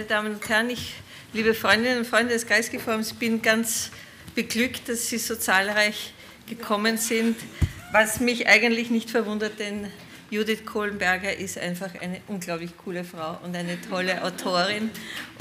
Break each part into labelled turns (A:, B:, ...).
A: Damen und Herren, liebe Freundinnen und Freunde des Kreisky-Forums, ich bin ganz beglückt, dass Sie so zahlreich gekommen sind, was mich eigentlich nicht verwundert, denn Judith Kohlenberger ist einfach eine unglaublich coole Frau und eine tolle Autorin.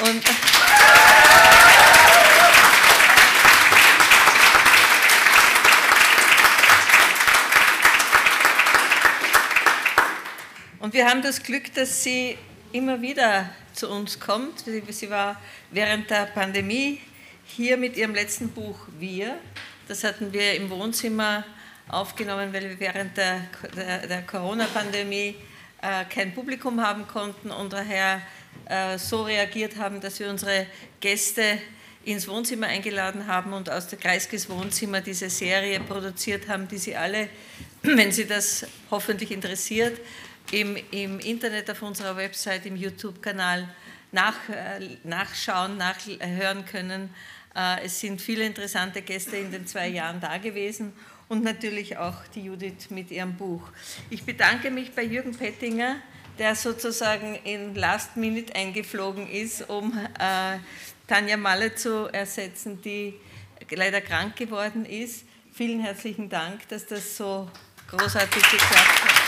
A: Und wir haben das Glück, dass sie immer wieder zu uns kommt. Sie war während der Pandemie hier mit ihrem letzten Buch Wir. Das hatten wir im Wohnzimmer aufgenommen, weil wir während der Corona-Pandemie kein Publikum haben konnten und daher so reagiert haben, dass wir unsere Gäste ins Wohnzimmer eingeladen haben und aus der Kreiskys Wohnzimmer diese Serie produziert haben, die Sie alle, wenn Sie das hoffentlich interessiert, im Internet auf unserer Website, im YouTube-Kanal nachschauen, nachhören können. Es sind viele interessante Gäste in den 2 Jahren da gewesen und natürlich auch die Judith mit ihrem Buch. Ich bedanke mich bei Jürgen Pettinger, der sozusagen in Last Minute eingeflogen ist, um Tanja Malle zu ersetzen, die leider krank geworden ist. Vielen herzlichen Dank, dass das so großartig geklappt hat.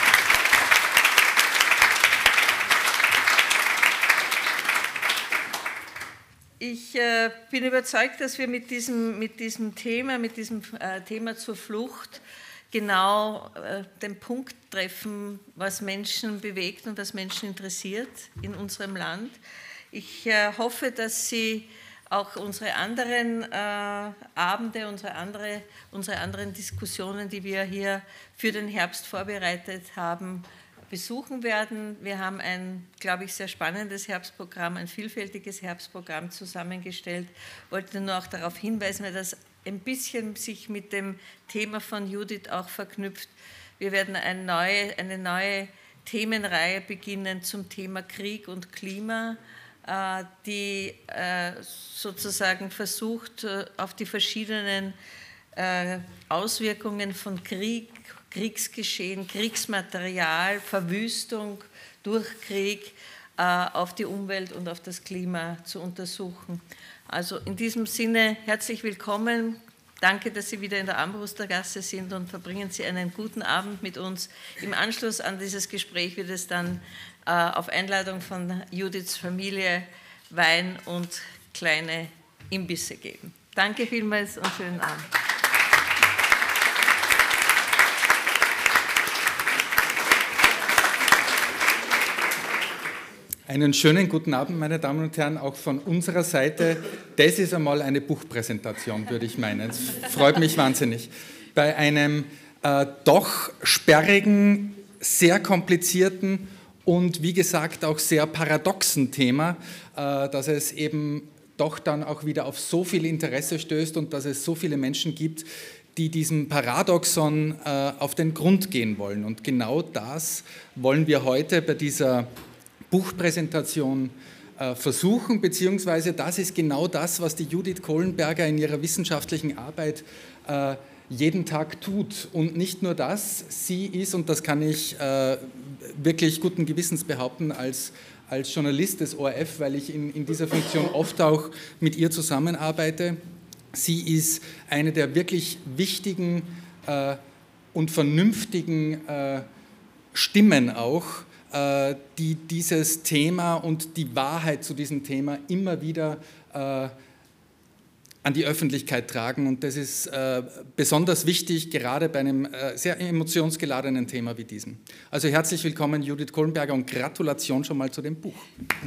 A: Ich bin überzeugt, dass wir mit diesem Thema zur Flucht genau den Punkt treffen, was Menschen bewegt und was Menschen interessiert in unserem Land. Ich hoffe, dass Sie auch unsere anderen Abende, unsere anderen Diskussionen, die wir hier für den Herbst vorbereitet haben, besuchen werden. Wir haben ein, glaube ich, sehr spannendes Herbstprogramm, ein vielfältiges Herbstprogramm zusammengestellt. Ich wollte nur auch darauf hinweisen, weil das ein bisschen sich mit dem Thema von Judith auch verknüpft. Wir werden eine neue Themenreihe beginnen zum Thema Krieg und Klima, die sozusagen versucht, auf die verschiedenen Auswirkungen von Krieg, Kriegsgeschehen, Kriegsmaterial, Verwüstung durch Krieg auf die Umwelt und auf das Klima zu untersuchen. Also in diesem Sinne herzlich willkommen. Danke, dass Sie wieder in der Armbrustergasse sind und verbringen Sie einen guten Abend mit uns. Im Anschluss an dieses Gespräch wird es dann auf Einladung von Judiths Familie Wein und kleine Imbisse geben. Danke vielmals und schönen Abend.
B: Einen schönen guten Abend, meine Damen und Herren, auch von unserer Seite. Das ist einmal eine Buchpräsentation, würde ich meinen. Es freut mich wahnsinnig. Bei einem doch sperrigen, sehr komplizierten und wie gesagt auch sehr paradoxen Thema, dass es eben doch dann auch wieder auf so viel Interesse stößt und dass es so viele Menschen gibt, die diesem Paradoxon auf den Grund gehen wollen. Und genau das wollen wir heute bei dieser Buchpräsentation versuchen, beziehungsweise das ist genau das, was die Judith Kohlenberger in ihrer wissenschaftlichen Arbeit jeden Tag tut. Und nicht nur das, sie ist, und das kann ich wirklich guten Gewissens behaupten, als Journalist des ORF, weil ich in dieser Funktion oft auch mit ihr zusammenarbeite, sie ist eine der wirklich wichtigen und vernünftigen Stimmen auch, die dieses Thema und die Wahrheit zu diesem Thema immer wieder an die Öffentlichkeit tragen. Und das ist besonders wichtig, gerade bei einem sehr emotionsgeladenen Thema wie diesem. Also herzlich willkommen, Judith Kohlenberger, und Gratulation schon mal zu dem Buch.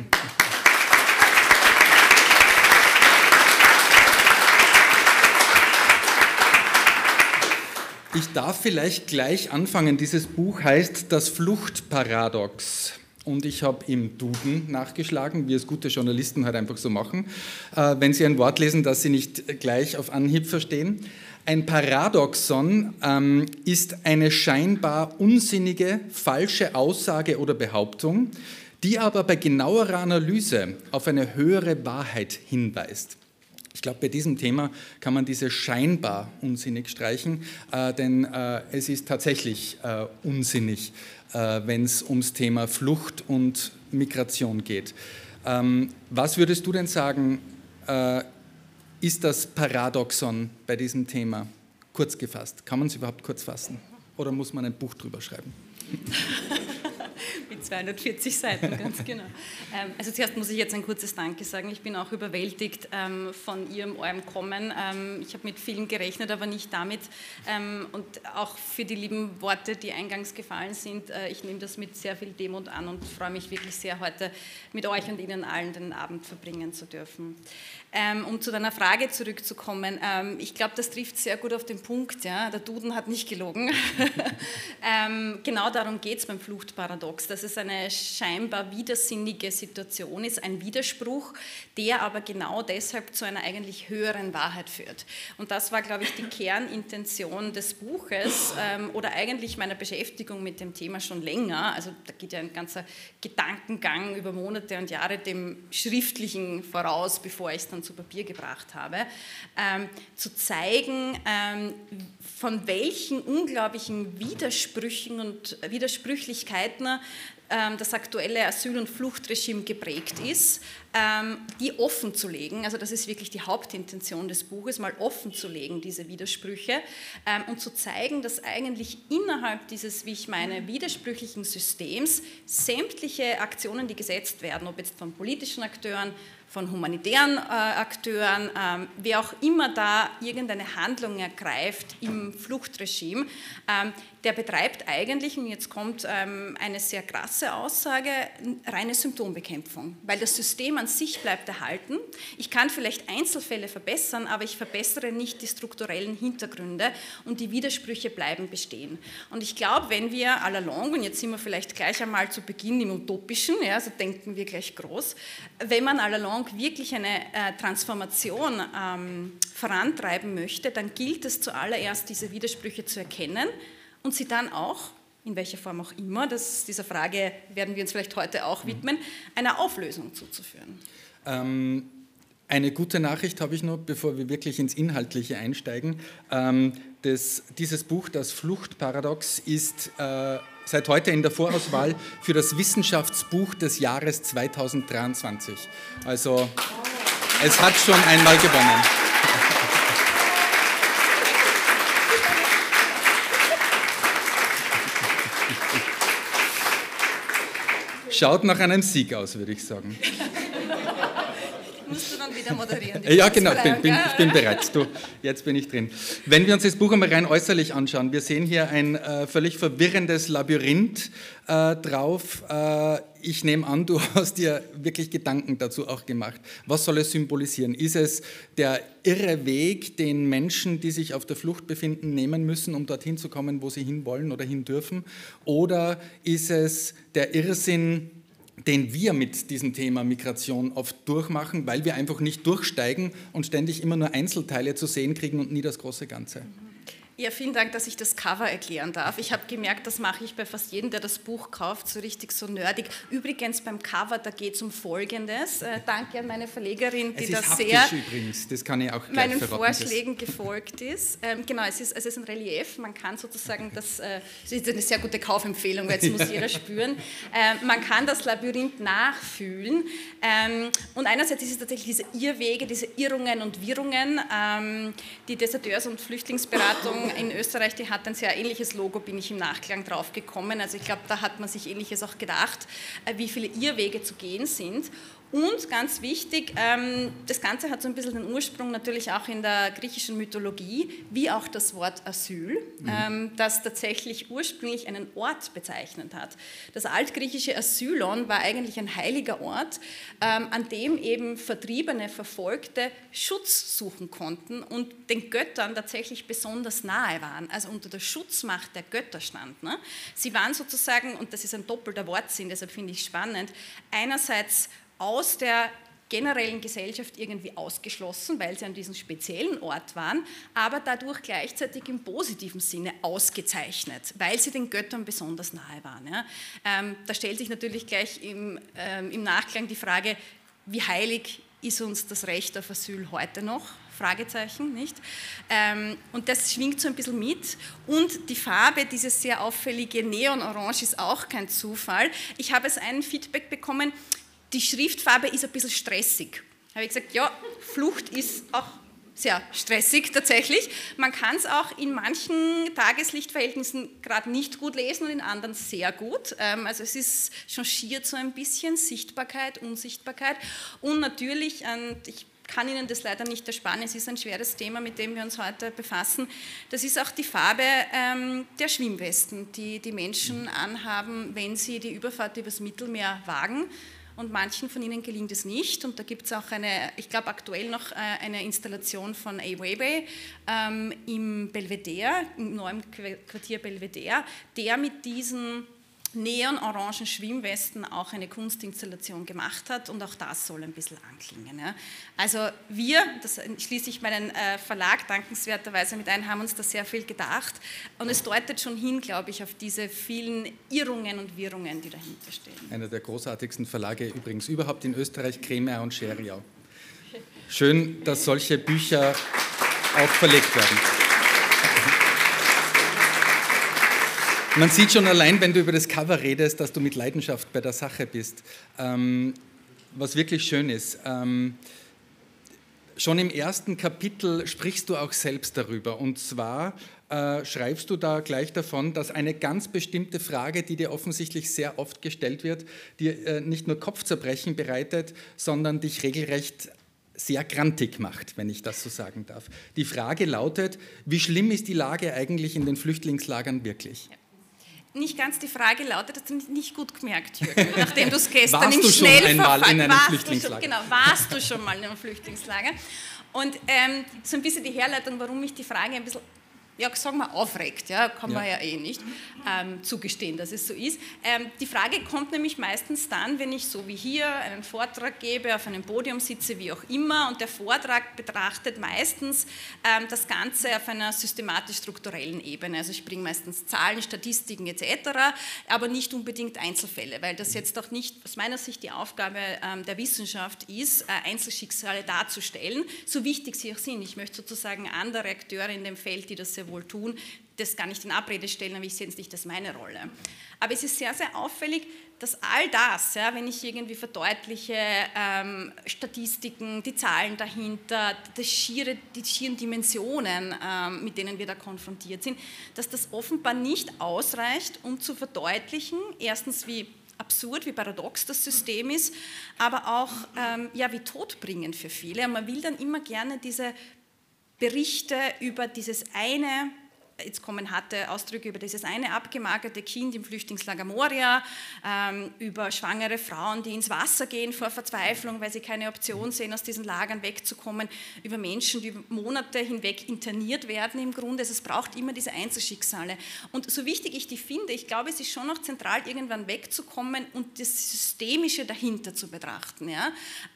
B: Ich darf vielleicht gleich anfangen. Dieses Buch heißt Das Fluchtparadox. Und ich habe im Duden nachgeschlagen, wie es gute Journalisten halt einfach so machen, wenn sie ein Wort lesen, das sie nicht gleich auf Anhieb verstehen. Ein Paradoxon ist eine scheinbar unsinnige, falsche Aussage oder Behauptung, die aber bei genauerer Analyse auf eine höhere Wahrheit hinweist. Ich glaube, bei diesem Thema kann man diese scheinbar unsinnig streichen, denn es ist tatsächlich unsinnig, wenn es ums Thema Flucht und Migration geht. Was würdest du denn sagen, ist das Paradoxon bei diesem Thema? Kurz gefasst. Kann man es überhaupt kurz fassen? Oder muss man ein Buch drüber schreiben?
C: Mit 240 Seiten, ganz genau. Also zuerst muss ich jetzt ein kurzes Danke sagen. Ich bin auch überwältigt von eurem Kommen. Ich habe mit vielen gerechnet, aber nicht damit. Und auch für die lieben Worte, die eingangs gefallen sind. Ich nehme das mit sehr viel Demut an und freue mich wirklich sehr, heute mit euch und Ihnen allen den Abend verbringen zu dürfen. Um zu deiner Frage zurückzukommen, ich glaube, das trifft sehr gut auf den Punkt. Ja? Der Duden hat nicht gelogen. Genau darum geht es beim Fluchtparadox, dass es eine scheinbar widersinnige Situation ist, ein Widerspruch, der aber genau deshalb zu einer eigentlich höheren Wahrheit führt. Und das war, glaube ich, die Kernintention des Buches oder eigentlich meiner Beschäftigung mit dem Thema schon länger. Also da geht ja ein ganzer Gedankengang über Monate und Jahre dem Schriftlichen voraus, bevor ich es dann zu Papier gebracht habe, zu zeigen, von welchen unglaublichen Widersprüchen und Widersprüchlichkeiten das aktuelle Asyl- und Fluchtregime geprägt ist, die offen zu legen, also das ist wirklich die Hauptintention des Buches, mal offen zu legen, diese Widersprüche, und zu zeigen, dass eigentlich innerhalb dieses, wie ich meine, widersprüchlichen Systems sämtliche Aktionen, die gesetzt werden, ob jetzt von politischen Akteuren, von humanitären Akteuren, wer auch immer da irgendeine Handlung ergreift im Fluchtregime, der betreibt eigentlich, und jetzt kommt eine sehr krasse Aussage, reine Symptombekämpfung, weil das System an sich bleibt erhalten. Ich kann vielleicht Einzelfälle verbessern, aber ich verbessere nicht die strukturellen Hintergründe und die Widersprüche bleiben bestehen. Und ich glaube, wenn wir all along, und jetzt sind wir vielleicht gleich einmal zu Beginn im Utopischen, ja, also denken wir gleich groß, wenn man all along wirklich eine Transformation vorantreiben möchte, dann gilt es zuallererst, diese Widersprüche zu erkennen und sie dann auch, in welcher Form auch immer, dieser Frage werden wir uns vielleicht heute auch widmen, einer Auflösung zuzuführen.
B: Eine gute Nachricht habe ich noch, bevor wir wirklich ins Inhaltliche einsteigen. Dieses Buch, das Fluchtparadox, ist seit heute in der Vorauswahl für das Wissenschaftsbuch des Jahres 2023. Also es hat schon einmal gewonnen. Schaut nach einem Sieg aus, würde ich sagen.
C: Musst du dann wieder moderieren?
B: Ja, genau, ich bin bereit. Jetzt bin ich drin. Wenn wir uns das Buch einmal rein äußerlich anschauen, wir sehen hier ein völlig verwirrendes Labyrinth drauf. Ich nehme an, du hast dir wirklich Gedanken dazu auch gemacht. Was soll es symbolisieren? Ist es der irre Weg, den Menschen, die sich auf der Flucht befinden, nehmen müssen, um dorthin zu kommen, wo sie hinwollen oder hin dürfen? Oder ist es der Irrsinn, den wir mit diesem Thema Migration oft durchmachen, weil wir einfach nicht durchsteigen und ständig immer nur Einzelteile zu sehen kriegen und nie das große Ganze?
C: Ja, vielen Dank, dass ich das Cover erklären darf. Ich habe gemerkt, das mache ich bei fast jedem, der das Buch kauft, so richtig so nerdig. Übrigens beim Cover, da geht es um Folgendes. Danke an meine Verlegerin, die das sehr
B: übrigens. Das kann ich auch gleich
C: meinen
B: verraten,
C: Vorschlägen gefolgt ist. Genau, es ist ein Relief. Man kann sozusagen das ist eine sehr gute Kaufempfehlung, weil jetzt muss jeder spüren. Man kann das Labyrinth nachfühlen. Und einerseits ist es tatsächlich diese Irrwege, diese Irrungen und Wirrungen, die Deserteurs- und Flüchtlingsberatung in Österreich, die hat ein sehr ähnliches Logo, bin ich im Nachklang drauf gekommen. Also ich glaube, da hat man sich Ähnliches auch gedacht, wie viele Irrwege zu gehen sind. Und ganz wichtig, das Ganze hat so ein bisschen den Ursprung natürlich auch in der griechischen Mythologie, wie auch das Wort Asyl, das tatsächlich ursprünglich einen Ort bezeichnet hat. Das altgriechische Asylon war eigentlich ein heiliger Ort, an dem eben Vertriebene, Verfolgte Schutz suchen konnten und den Göttern tatsächlich besonders nahe waren, also unter der Schutzmacht der Götter standen. Ne? Sie waren sozusagen, und das ist ein doppelter Wortsinn, deshalb finde ich spannend, einerseits aus der generellen Gesellschaft irgendwie ausgeschlossen, weil sie an diesem speziellen Ort waren, aber dadurch gleichzeitig im positiven Sinne ausgezeichnet, weil sie den Göttern besonders nahe waren. Ja. Da stellt sich natürlich gleich im Nachklang die Frage, wie heilig ist uns das Recht auf Asyl heute noch? Fragezeichen, nicht? Und das schwingt so ein bisschen mit. Und die Farbe, dieses sehr auffällige Neonorange, ist auch kein Zufall. Ich habe ein Feedback bekommen, die Schriftfarbe ist ein bisschen stressig. Da habe ich gesagt, ja, Flucht ist auch sehr stressig tatsächlich. Man kann es auch in manchen Tageslichtverhältnissen gerade nicht gut lesen und in anderen sehr gut. Also es ist changiert so ein bisschen Sichtbarkeit, Unsichtbarkeit und natürlich, ich kann Ihnen das leider nicht ersparen, es ist ein schweres Thema, mit dem wir uns heute befassen, das ist auch die Farbe der Schwimmwesten, die die Menschen anhaben, wenn sie die Überfahrt übers Mittelmeer wagen. Und manchen von ihnen gelingt es nicht. Und da gibt es auch ich glaube aktuell noch eine Installation von Ai Weiwei im Belvedere, im neuen Quartier Belvedere, der mit diesen neon-orangen Schwimmwesten auch eine Kunstinstallation gemacht hat und auch das soll ein bisschen anklingen. Ja. Also wir, das schließe ich meinen Verlag dankenswerterweise mit ein, haben uns da sehr viel gedacht und es deutet schon hin, glaube ich, auf diese vielen Irrungen und Wirrungen, die dahinter stehen.
B: Einer der großartigsten Verlage übrigens überhaupt in Österreich, Kremer und Scheriau. Schön, dass solche Bücher auch verlegt werden. Man sieht schon allein, wenn du über das Cover redest, dass du mit Leidenschaft bei der Sache bist. Was wirklich schön ist. Schon im ersten Kapitel sprichst du auch selbst darüber. Und zwar schreibst du da gleich davon, dass eine ganz bestimmte Frage, die dir offensichtlich sehr oft gestellt wird, dir nicht nur Kopfzerbrechen bereitet, sondern dich regelrecht sehr grantig macht, wenn ich das so sagen darf. Die Frage lautet, wie schlimm ist die Lage eigentlich in den Flüchtlingslagern wirklich?
C: Ja. Nicht ganz die Frage lautet, hast du nicht gut gemerkt, Jürgen, nachdem du es gestern im Schnellverfahren warst du schon mal in einem Flüchtlingslager. Und so ein bisschen die Herleitung, warum mich die Frage ein bisschen, ja, sagen wir, aufregt, ja, kann man ja eh nicht zugestehen, dass es so ist. Die Frage kommt nämlich meistens dann, wenn ich so wie hier einen Vortrag gebe, auf einem Podium sitze, wie auch immer, und der Vortrag betrachtet meistens das Ganze auf einer systematisch-strukturellen Ebene. Also ich bringe meistens Zahlen, Statistiken etc., aber nicht unbedingt Einzelfälle, weil das jetzt auch nicht aus meiner Sicht die Aufgabe der Wissenschaft ist, Einzelschicksale darzustellen, so wichtig sie auch sind. Ich möchte sozusagen andere Akteure in dem Feld, die das sehr wohl tun, das gar nicht in Abrede stellen, aber ich sehe jetzt nicht als meine Rolle. Aber es ist sehr, sehr auffällig, dass all das, ja, wenn ich irgendwie verdeutliche Statistiken, die Zahlen dahinter, die schieren Dimensionen, mit denen wir da konfrontiert sind, dass das offenbar nicht ausreicht, um zu verdeutlichen, erstens wie absurd, wie paradox das System ist, aber auch wie todbringend für viele. Und man will dann immer gerne diese Berichte über dieses eine, jetzt kommen harte Ausdrücke, über dieses eine abgemagerte Kind im Flüchtlingslager Moria, über schwangere Frauen, die ins Wasser gehen vor Verzweiflung, weil sie keine Option sehen, aus diesen Lagern wegzukommen, über Menschen, die Monate hinweg interniert werden im Grunde. Also es braucht immer diese Einzelschicksale. Und so wichtig ich die finde, ich glaube, es ist schon noch zentral, irgendwann wegzukommen und das Systemische dahinter zu betrachten. Ja?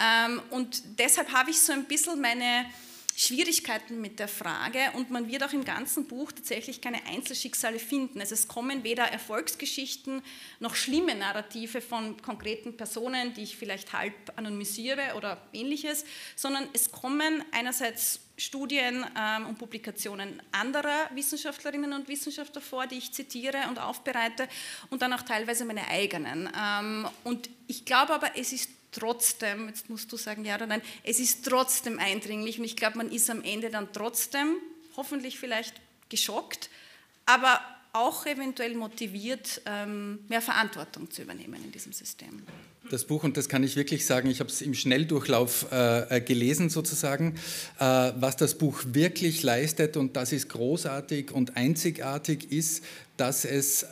C: Und deshalb habe ich so ein bisschen meine Schwierigkeiten mit der Frage und man wird auch im ganzen Buch tatsächlich keine Einzelschicksale finden. Also es kommen weder Erfolgsgeschichten noch schlimme Narrative von konkreten Personen, die ich vielleicht halb anonymisiere oder ähnliches, sondern es kommen einerseits Studien und Publikationen anderer Wissenschaftlerinnen und Wissenschaftler vor, die ich zitiere und aufbereite und dann auch teilweise meine eigenen. Und ich glaube aber, es ist trotzdem, jetzt musst du sagen ja oder nein, es ist trotzdem eindringlich und ich glaube, man ist am Ende dann trotzdem, hoffentlich vielleicht geschockt, aber auch eventuell motiviert, mehr Verantwortung zu übernehmen in diesem System.
B: Das Buch, und das kann ich wirklich sagen, ich habe es im Schnelldurchlauf gelesen sozusagen, was das Buch wirklich leistet und das ist großartig und einzigartig ist, dass es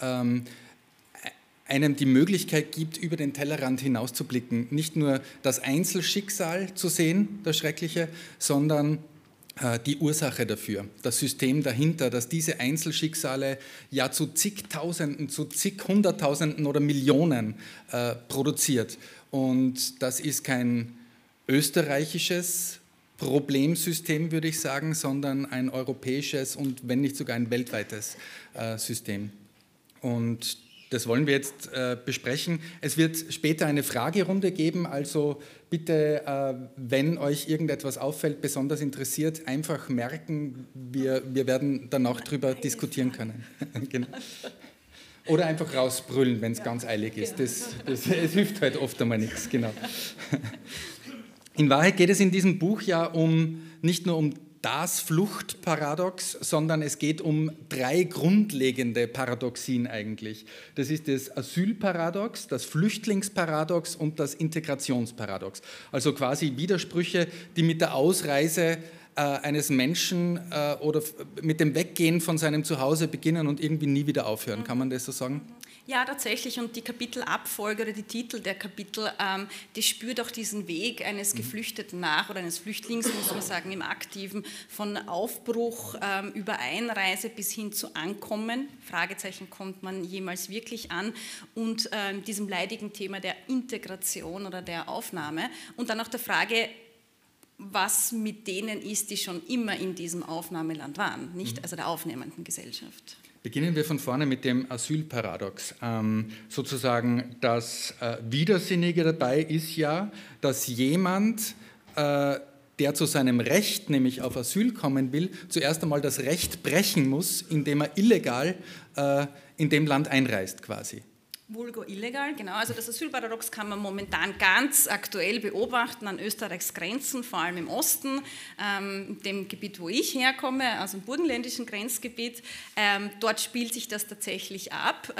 B: einem die Möglichkeit gibt, über den Tellerrand hinauszublicken, nicht nur das Einzelschicksal zu sehen, das Schreckliche, sondern die Ursache dafür, das System dahinter, dass diese Einzelschicksale ja zu zigtausenden, zu zig Hunderttausenden oder Millionen produziert. Und das ist kein österreichisches Problemsystem, würde ich sagen, sondern ein europäisches und wenn nicht sogar ein weltweites System. Und das wollen wir jetzt besprechen. Es wird später eine Fragerunde geben, also bitte, wenn euch irgendetwas auffällt, besonders interessiert, einfach merken, wir werden dann auch darüber diskutieren können. Genau. Oder einfach rausbrüllen, wenn es ganz eilig ist. Es hilft halt oft einmal nichts, genau. In Wahrheit geht es in diesem Buch ja nicht nur um das Fluchtparadox, sondern es geht um 3 grundlegende Paradoxien eigentlich. Das ist das Asylparadox, das Flüchtlingsparadox und das Integrationsparadox. Also quasi Widersprüche, die mit der Ausreise eines Menschen oder mit dem Weggehen von seinem Zuhause beginnen und irgendwie nie wieder aufhören. Kann man das so sagen?
C: Ja, tatsächlich. Und die Kapitelabfolge oder die Titel der Kapitel, die spürt auch diesen Weg eines Geflüchteten nach oder eines Flüchtlings, muss man sagen, im Aktiven, von Aufbruch über Einreise bis hin zu Ankommen. Fragezeichen, kommt man jemals wirklich an? Und diesem leidigen Thema der Integration oder der Aufnahme. Und dann auch der Frage, was mit denen ist, die schon immer in diesem Aufnahmeland waren, nicht? Also der aufnehmenden Gesellschaft.
B: Beginnen wir von vorne mit dem Asylparadox. Sozusagen das Widersinnige dabei ist ja, dass jemand, der zu seinem Recht, nämlich auf Asyl kommen will, zuerst einmal das Recht brechen muss, indem er illegal in dem Land einreist quasi.
C: Vulgo illegal, genau. Also das Asylparadox kann man momentan ganz aktuell beobachten an Österreichs Grenzen, vor allem im Osten, dem Gebiet, wo ich herkomme, also im burgenländischen Grenzgebiet. Dort spielt sich das tatsächlich ab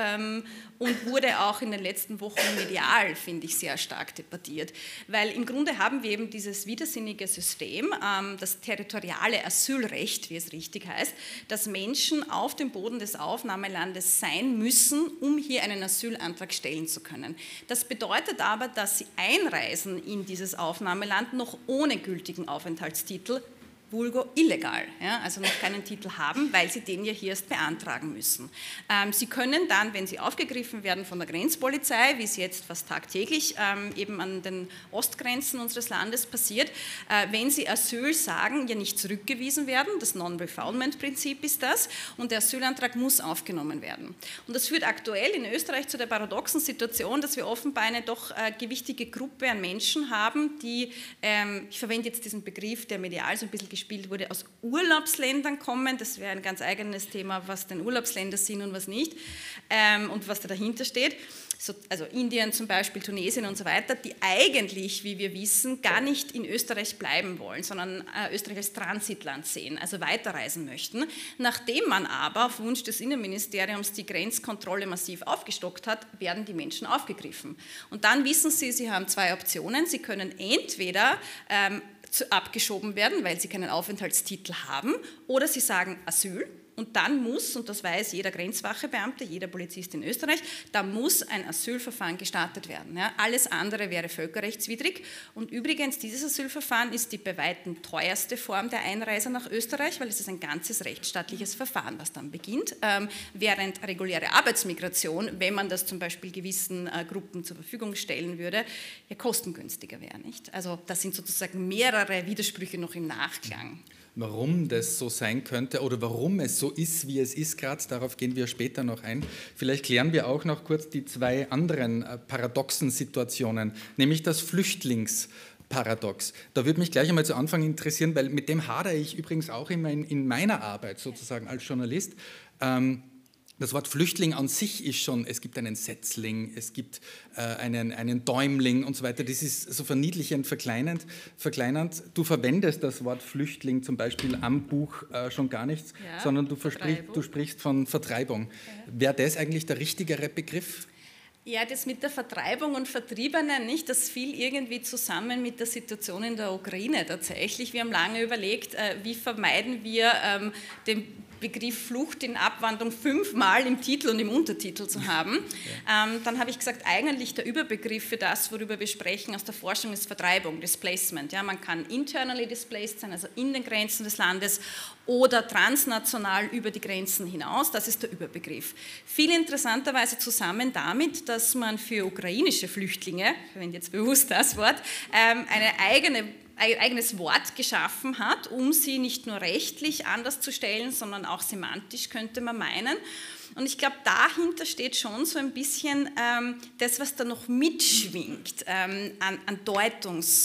C: und wurde auch in den letzten Wochen medial, finde ich, sehr stark debattiert. Weil im Grunde haben wir eben dieses widersinnige System, das territoriale Asylrecht, wie es richtig heißt, dass Menschen auf dem Boden des Aufnahmelandes sein müssen, um hier einen Asylantrag stellen zu können. Das bedeutet aber, dass sie einreisen in dieses Aufnahmeland noch ohne gültigen Aufenthaltstitel, vulgo illegal, ja, also noch keinen Titel haben, weil sie den ja hier erst beantragen müssen. Sie können dann, wenn sie aufgegriffen werden von der Grenzpolizei, wie es jetzt fast tagtäglich eben an den Ostgrenzen unseres Landes passiert, wenn sie Asyl sagen, ja nicht zurückgewiesen werden, das Non-Refoulement-Prinzip ist das, und der Asylantrag muss aufgenommen werden. Und das führt aktuell in Österreich zu der paradoxen Situation, dass wir offenbar eine doch gewichtige Gruppe an Menschen haben, die, ich verwende jetzt diesen Begriff, der medial so ein bisschen gespielt wurde, aus Urlaubsländern kommen. Das wäre ein ganz eigenes Thema, was denn Urlaubsländer sind und was nicht und was da dahinter steht. So, also Indien zum Beispiel, Tunesien und so weiter, die eigentlich, wie wir wissen, gar nicht in Österreich bleiben wollen, sondern Österreich als Transitland sehen, also weiterreisen möchten. Nachdem man aber auf Wunsch des Innenministeriums die Grenzkontrolle massiv aufgestockt hat, werden die Menschen aufgegriffen. Und dann wissen sie, sie haben 2 Optionen. Sie können entweder abgeschoben werden, weil sie keinen Aufenthaltstitel haben, oder sie sagen Asyl. Und dann muss, und das weiß jeder Grenzwachebeamte, jeder Polizist in Österreich, da muss ein Asylverfahren gestartet werden. Ja, alles andere wäre völkerrechtswidrig. Und übrigens, dieses Asylverfahren ist die bei weitem teuerste Form der Einreise nach Österreich, weil es ist ein ganzes rechtsstaatliches Verfahren, was dann beginnt, während reguläre Arbeitsmigration, wenn man das zum Beispiel gewissen Gruppen zur Verfügung stellen würde, ja kostengünstiger wäre, nicht? Also das sind sozusagen mehrere Widersprüche noch im Nachklang.
B: Warum das so sein könnte oder warum es so ist, wie es ist gerade, darauf gehen wir später noch ein. Vielleicht klären wir auch noch kurz die 2 anderen paradoxen Situationen, nämlich das Flüchtlingsparadox. Da würde mich gleich einmal zu Anfang interessieren, weil mit dem hadere ich übrigens auch immer in meiner Arbeit sozusagen als Journalist. Das Wort Flüchtling an sich ist schon, es gibt einen Setzling, es gibt einen Däumling und so weiter. Das ist so verniedlichend, verkleinernd. Du verwendest das Wort Flüchtling zum Beispiel am Buch schon gar nichts, ja, sondern du sprichst von Vertreibung. Ja. Wäre das eigentlich der richtigere Begriff?
C: Ja, das mit der Vertreibung und Vertriebenen, nicht, das fiel irgendwie zusammen mit der Situation in der Ukraine tatsächlich. Wir haben lange überlegt, wie vermeiden wir den Begriff Flucht in Abwanderung 5-mal im Titel und im Untertitel zu haben. Ja. Dann habe ich gesagt, eigentlich der Überbegriff für das, worüber wir sprechen aus der Forschung, ist Vertreibung, Displacement. Ja, man kann internally displaced sein, also in den Grenzen des Landes, oder transnational über die Grenzen hinaus, das ist der Überbegriff. Viel interessanterweise zusammen damit, dass man für ukrainische Flüchtlinge, ich verwende jetzt bewusst das Wort, ein eigenes Wort geschaffen hat, um sie nicht nur rechtlich anders zu stellen, sondern auch semantisch, könnte man meinen. Und ich glaube, dahinter steht schon so ein bisschen das, was da noch mitschwingt an Deutungsmöglichkeiten.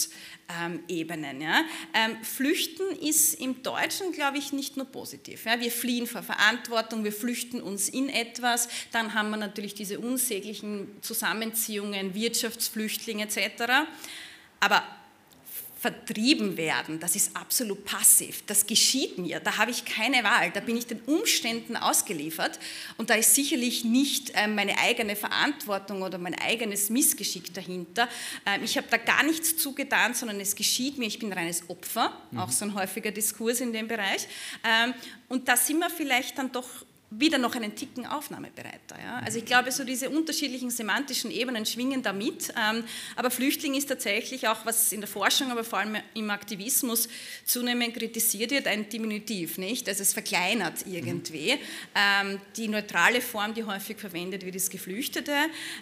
C: Ebenen. Ja. Flüchten ist im Deutschen, glaube ich, nicht nur positiv. Ja. Wir fliehen vor Verantwortung, wir flüchten uns in etwas, dann haben wir natürlich diese unsäglichen Zusammenziehungen, Wirtschaftsflüchtlinge etc. Aber vertrieben werden, das ist absolut passiv, das geschieht mir, da habe ich keine Wahl, da bin ich den Umständen ausgeliefert und da ist sicherlich nicht meine eigene Verantwortung oder mein eigenes Missgeschick dahinter. Ich habe da gar nichts zugetan, sondern es geschieht mir, ich bin reines Opfer, auch so ein häufiger Diskurs in dem Bereich. Und da sind wir vielleicht dann doch wieder noch einen Ticken aufnahmebereiter. Ja? Also ich glaube, so diese unterschiedlichen semantischen Ebenen schwingen da mit, aber Flüchtling ist tatsächlich auch, was in der Forschung, aber vor allem im Aktivismus zunehmend kritisiert wird, ein Diminutiv, nicht? Also es verkleinert irgendwie. Die neutrale Form, die häufig verwendet wird, ist Geflüchtete.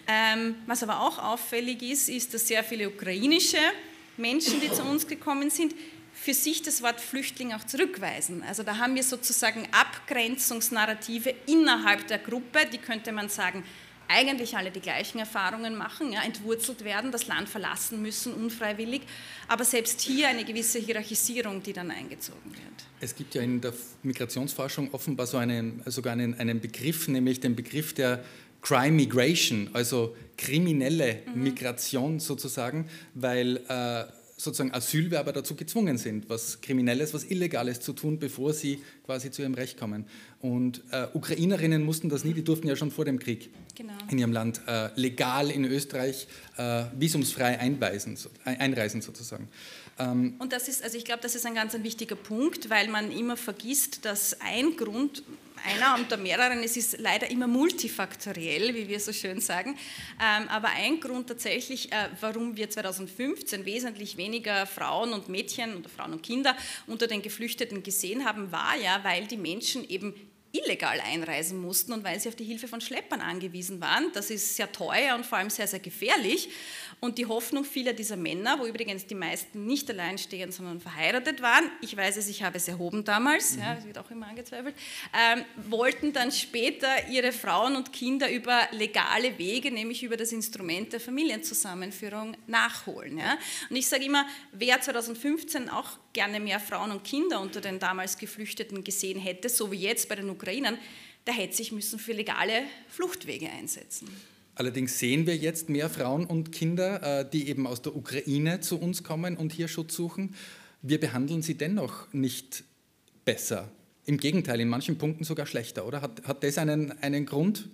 C: Was aber auch auffällig ist, dass sehr viele ukrainische Menschen, die zu uns gekommen sind, für sich das Wort Flüchtling auch zurückweisen. Also da haben wir sozusagen Abgrenzungsnarrative innerhalb der Gruppe, die könnte man sagen, eigentlich alle die gleichen Erfahrungen machen, ja, entwurzelt werden, das Land verlassen müssen, unfreiwillig, aber selbst hier eine gewisse Hierarchisierung, die dann eingezogen wird.
B: Es gibt ja in der Migrationsforschung offenbar sogar einen Begriff, nämlich den Begriff der Crime Migration, also kriminelle Migration sozusagen, weil sozusagen Asylwerber dazu gezwungen sind, was Kriminelles, was Illegales zu tun, bevor sie quasi zu ihrem Recht kommen. Und Ukrainerinnen mussten das nie, die durften ja schon vor dem Krieg in ihrem Land legal in Österreich visumsfrei einreisen sozusagen.
C: Und das ist, also ich glaube, das ist ein ganz wichtiger Punkt, weil man immer vergisst, dass ein Grund, einer unter mehreren, es ist leider immer multifaktoriell, wie wir so schön sagen, aber ein Grund tatsächlich, warum wir 2015 wesentlich weniger Frauen und Mädchen oder Frauen und Kinder unter den Geflüchteten gesehen haben, war ja, weil die Menschen eben illegal einreisen mussten und weil sie auf die Hilfe von Schleppern angewiesen waren. Das ist sehr teuer und vor allem sehr, sehr gefährlich. Und die Hoffnung vieler dieser Männer, wo übrigens die meisten nicht alleinstehend, sondern verheiratet waren, ich weiß es, ich habe es erhoben damals, ja, das wird auch immer angezweifelt, wollten dann später ihre Frauen und Kinder über legale Wege, nämlich über das Instrument der Familienzusammenführung, nachholen. Ja. Und ich sage immer, wer 2015 auch gerne mehr Frauen und Kinder unter den damals Geflüchteten gesehen hätte, so wie jetzt bei den Ukrainern, der hätte sich müssen für legale Fluchtwege einsetzen.
B: Allerdings sehen wir jetzt mehr Frauen und Kinder, die eben aus der Ukraine zu uns kommen und hier Schutz suchen. Wir behandeln sie dennoch nicht besser. Im Gegenteil, in manchen Punkten sogar schlechter, oder? Hat das einen Grund?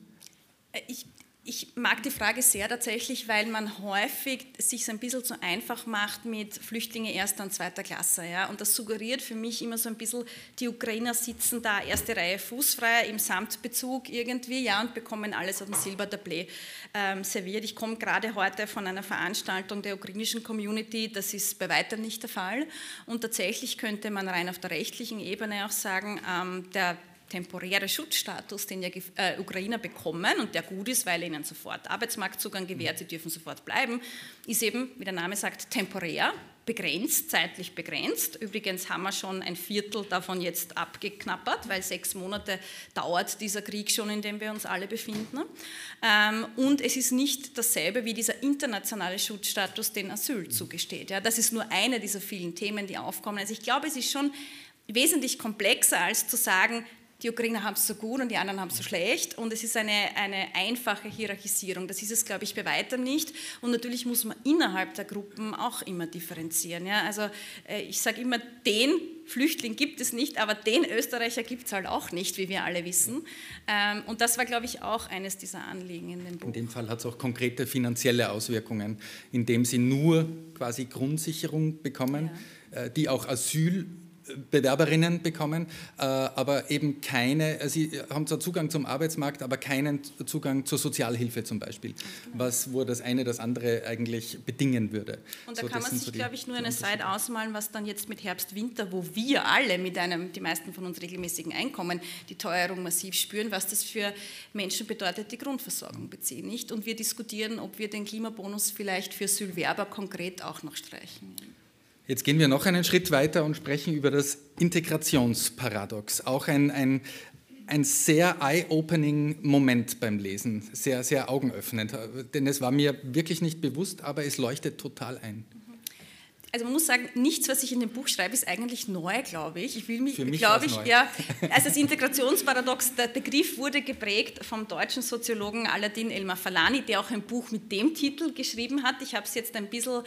C: Ich mag die Frage sehr tatsächlich, weil man häufig sich ein bisschen zu einfach macht mit Flüchtlinge erster und zweiter Klasse. Ja? Und das suggeriert für mich immer so ein bisschen, die Ukrainer sitzen da erste Reihe fußfrei im Samtbezug irgendwie, ja, und bekommen alles auf dem Silbertablett serviert. Ich komme gerade heute von einer Veranstaltung der ukrainischen Community, das ist bei weitem nicht der Fall. Und tatsächlich könnte man rein auf der rechtlichen Ebene auch sagen, der temporäre Schutzstatus, den ja Ukrainer bekommen und der gut ist, weil ihnen sofort Arbeitsmarktzugang gewährt, sie dürfen sofort bleiben, ist eben, wie der Name sagt, temporär, begrenzt, zeitlich begrenzt. Übrigens haben wir schon ein Viertel davon jetzt abgeknappert, weil 6 Monate dauert dieser Krieg schon, in dem wir uns alle befinden. Und es ist nicht dasselbe wie dieser internationale Schutzstatus, den Asyl zugesteht. Ja, das ist nur eine dieser vielen Themen, die aufkommen. Also ich glaube, es ist schon wesentlich komplexer, als zu sagen, die Ukrainer haben es so gut und die anderen haben es so schlecht und es ist eine einfache Hierarchisierung. Das ist es, glaube ich, bei weitem nicht. Und natürlich muss man innerhalb der Gruppen auch immer differenzieren. Ja? Also ich sage immer, den Flüchtling gibt es nicht, aber den Österreicher gibt es halt auch nicht, wie wir alle wissen. Und das war, glaube ich, auch eines dieser Anliegen in dem Buch.
B: In dem Fall hat es auch konkrete finanzielle Auswirkungen, indem sie nur quasi Grundsicherung bekommen, die auch Asylbewerberinnen bekommen, aber eben sie haben zwar Zugang zum Arbeitsmarkt, aber keinen Zugang zur Sozialhilfe zum Beispiel, wo das eine das andere eigentlich bedingen würde.
C: Und da kann man sich, glaube ich, nur eine Zeit ausmalen, was dann jetzt mit Herbst, Winter, wo wir alle mit die meisten von uns regelmäßigen Einkommen die Teuerung massiv spüren, was das für Menschen bedeutet, die Grundversorgung beziehen, nicht? Und wir diskutieren, ob wir den Klimabonus vielleicht für Asylwerber konkret auch noch streichen.
B: Jetzt gehen wir noch einen Schritt weiter und sprechen über das Integrationsparadox. Auch ein sehr eye-opening Moment beim Lesen, sehr, sehr augenöffnend, denn es war mir wirklich nicht bewusst, aber es leuchtet total ein.
C: Also man muss sagen, nichts, was ich in dem Buch schreibe, ist eigentlich neu, glaube ich.
B: Für mich
C: glaube ich,
B: neu.
C: ja, also das Integrationsparadox, der Begriff wurde geprägt vom deutschen Soziologen Aladin Elmar-Falani, der auch ein Buch mit dem Titel geschrieben hat. Ich habe es jetzt ein bisschen...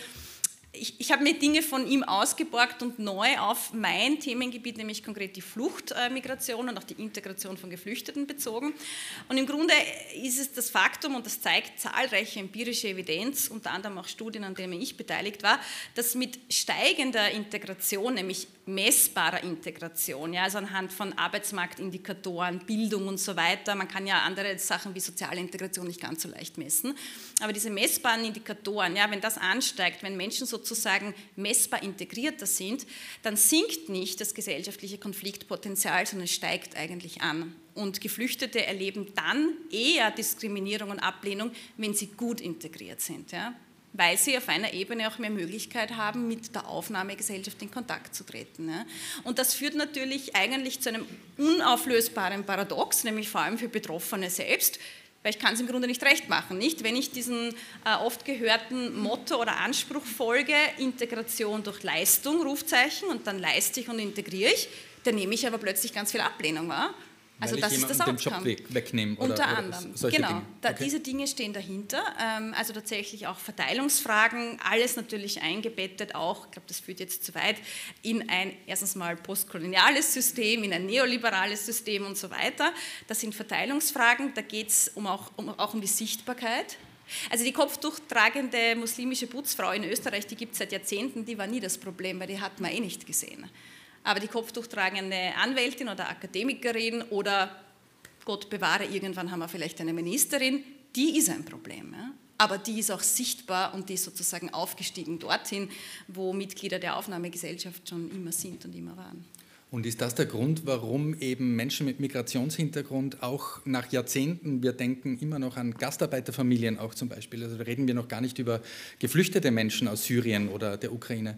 C: Ich habe mir Dinge von ihm ausgeborgt und neu auf mein Themengebiet, nämlich konkret die Fluchtmigration und auch die Integration von Geflüchteten bezogen. Und im Grunde ist es das Faktum, und das zeigt zahlreiche empirische Evidenz, unter anderem auch Studien, an denen ich beteiligt war, dass mit steigender Integration, nämlich messbarer Integration, ja, also anhand von Arbeitsmarktindikatoren, Bildung und so weiter, man kann ja andere Sachen wie soziale Integration nicht ganz so leicht messen, aber diese messbaren Indikatoren, ja, wenn das ansteigt, wenn Menschen sozusagen messbar integrierter sind, dann sinkt nicht das gesellschaftliche Konfliktpotenzial, sondern steigt eigentlich an. Und Geflüchtete erleben dann eher Diskriminierung und Ablehnung, wenn sie gut integriert sind, ja, weil sie auf einer Ebene auch mehr Möglichkeit haben, mit der Aufnahmegesellschaft in Kontakt zu treten. Ja. Und das führt natürlich eigentlich zu einem unauflösbaren Paradox, nämlich vor allem für Betroffene selbst, weil ich kann es im Grunde nicht recht machen, nicht? Wenn ich diesem oft gehörten Motto oder Anspruch folge, Integration durch Leistung, Rufzeichen, und dann leiste ich und integriere ich, dann nehme ich aber plötzlich ganz viel Ablehnung wahr. Also das ist das Outcome.
B: Den Job wegnehmen
C: unter anderem.
B: Solche
C: genau,
B: Dinge. Okay.
C: Diese Dinge stehen dahinter. Also tatsächlich auch Verteilungsfragen, alles natürlich eingebettet, auch, ich glaube, das führt jetzt zu weit, in ein erstens mal postkoloniales System, in ein neoliberales System und so weiter. Das sind Verteilungsfragen, da geht es auch um die Sichtbarkeit. Also die kopftuchtragende muslimische Putzfrau in Österreich, die gibt es seit Jahrzehnten, die war nie das Problem, weil die hat man nicht gesehen. Aber die kopftuchtragende Anwältin oder Akademikerin oder, Gott bewahre, irgendwann haben wir vielleicht eine Ministerin, die ist ein Problem. Ja? Aber die ist auch sichtbar und die ist sozusagen aufgestiegen dorthin, wo Mitglieder der Aufnahmegesellschaft schon immer sind und immer waren.
B: Und ist das der Grund, warum eben Menschen mit Migrationshintergrund auch nach Jahrzehnten, wir denken immer noch an Gastarbeiterfamilien auch zum Beispiel, also da reden wir noch gar nicht über geflüchtete Menschen aus Syrien oder der Ukraine,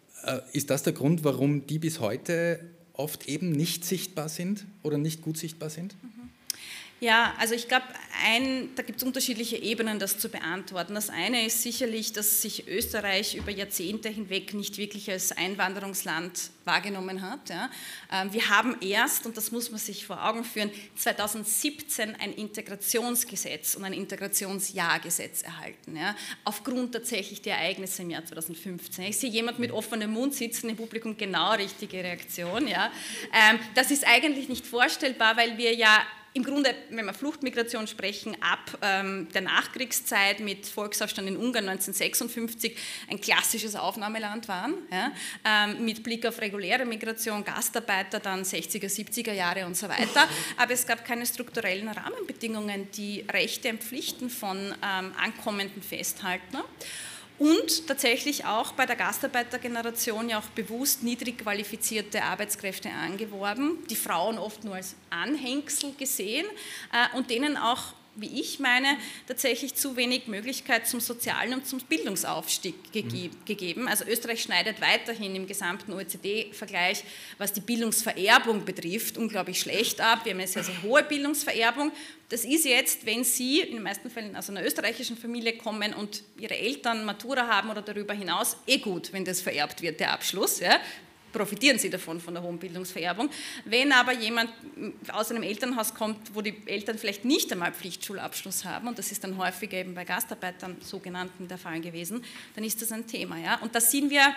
B: ist das der Grund, warum die bis heute oft eben nicht sichtbar sind oder nicht gut sichtbar sind?
C: Ja, also ich glaube, da gibt es unterschiedliche Ebenen, das zu beantworten. Das eine ist sicherlich, dass sich Österreich über Jahrzehnte hinweg nicht wirklich als Einwanderungsland wahrgenommen hat. Ja. Wir haben erst, und das muss man sich vor Augen führen, 2017 ein Integrationsgesetz und ein Integrationsjahrgesetz erhalten, ja, aufgrund tatsächlich der Ereignisse im Jahr 2015. Ich sehe jemand mit offenem Mund sitzen im Publikum, genau richtige Reaktion. Ja. Das ist eigentlich nicht vorstellbar, weil wir ja im Grunde, wenn wir Fluchtmigration sprechen, ab der Nachkriegszeit mit Volksaufstand in Ungarn 1956 ein klassisches Aufnahmeland waren, ja, mit Blick auf reguläre Migration, Gastarbeiter, dann 60er, 70er Jahre und so weiter. Aber es gab keine strukturellen Rahmenbedingungen, die Rechte und Pflichten von Ankommenden festhalten. Und tatsächlich auch bei der Gastarbeitergeneration ja auch bewusst niedrig qualifizierte Arbeitskräfte angeworben, die Frauen oft nur als Anhängsel gesehen und denen auch, wie ich meine, tatsächlich zu wenig Möglichkeit zum sozialen und zum Bildungsaufstieg gegeben. Also Österreich schneidet weiterhin im gesamten OECD-Vergleich, was die Bildungsvererbung betrifft, unglaublich schlecht ab. Wir haben eine sehr, sehr hohe Bildungsvererbung. Das ist jetzt, wenn Sie in den meisten Fällen aus einer österreichischen Familie kommen und Ihre Eltern Matura haben oder darüber hinaus, gut, wenn das vererbt wird, der Abschluss, ja. Profitieren sie davon, von der hohen Bildungsvererbung. Wenn aber jemand aus einem Elternhaus kommt, wo die Eltern vielleicht nicht einmal Pflichtschulabschluss haben, und das ist dann häufiger eben bei Gastarbeitern sogenannten der Fall gewesen, dann ist das ein Thema. Ja? Und da sehen wir,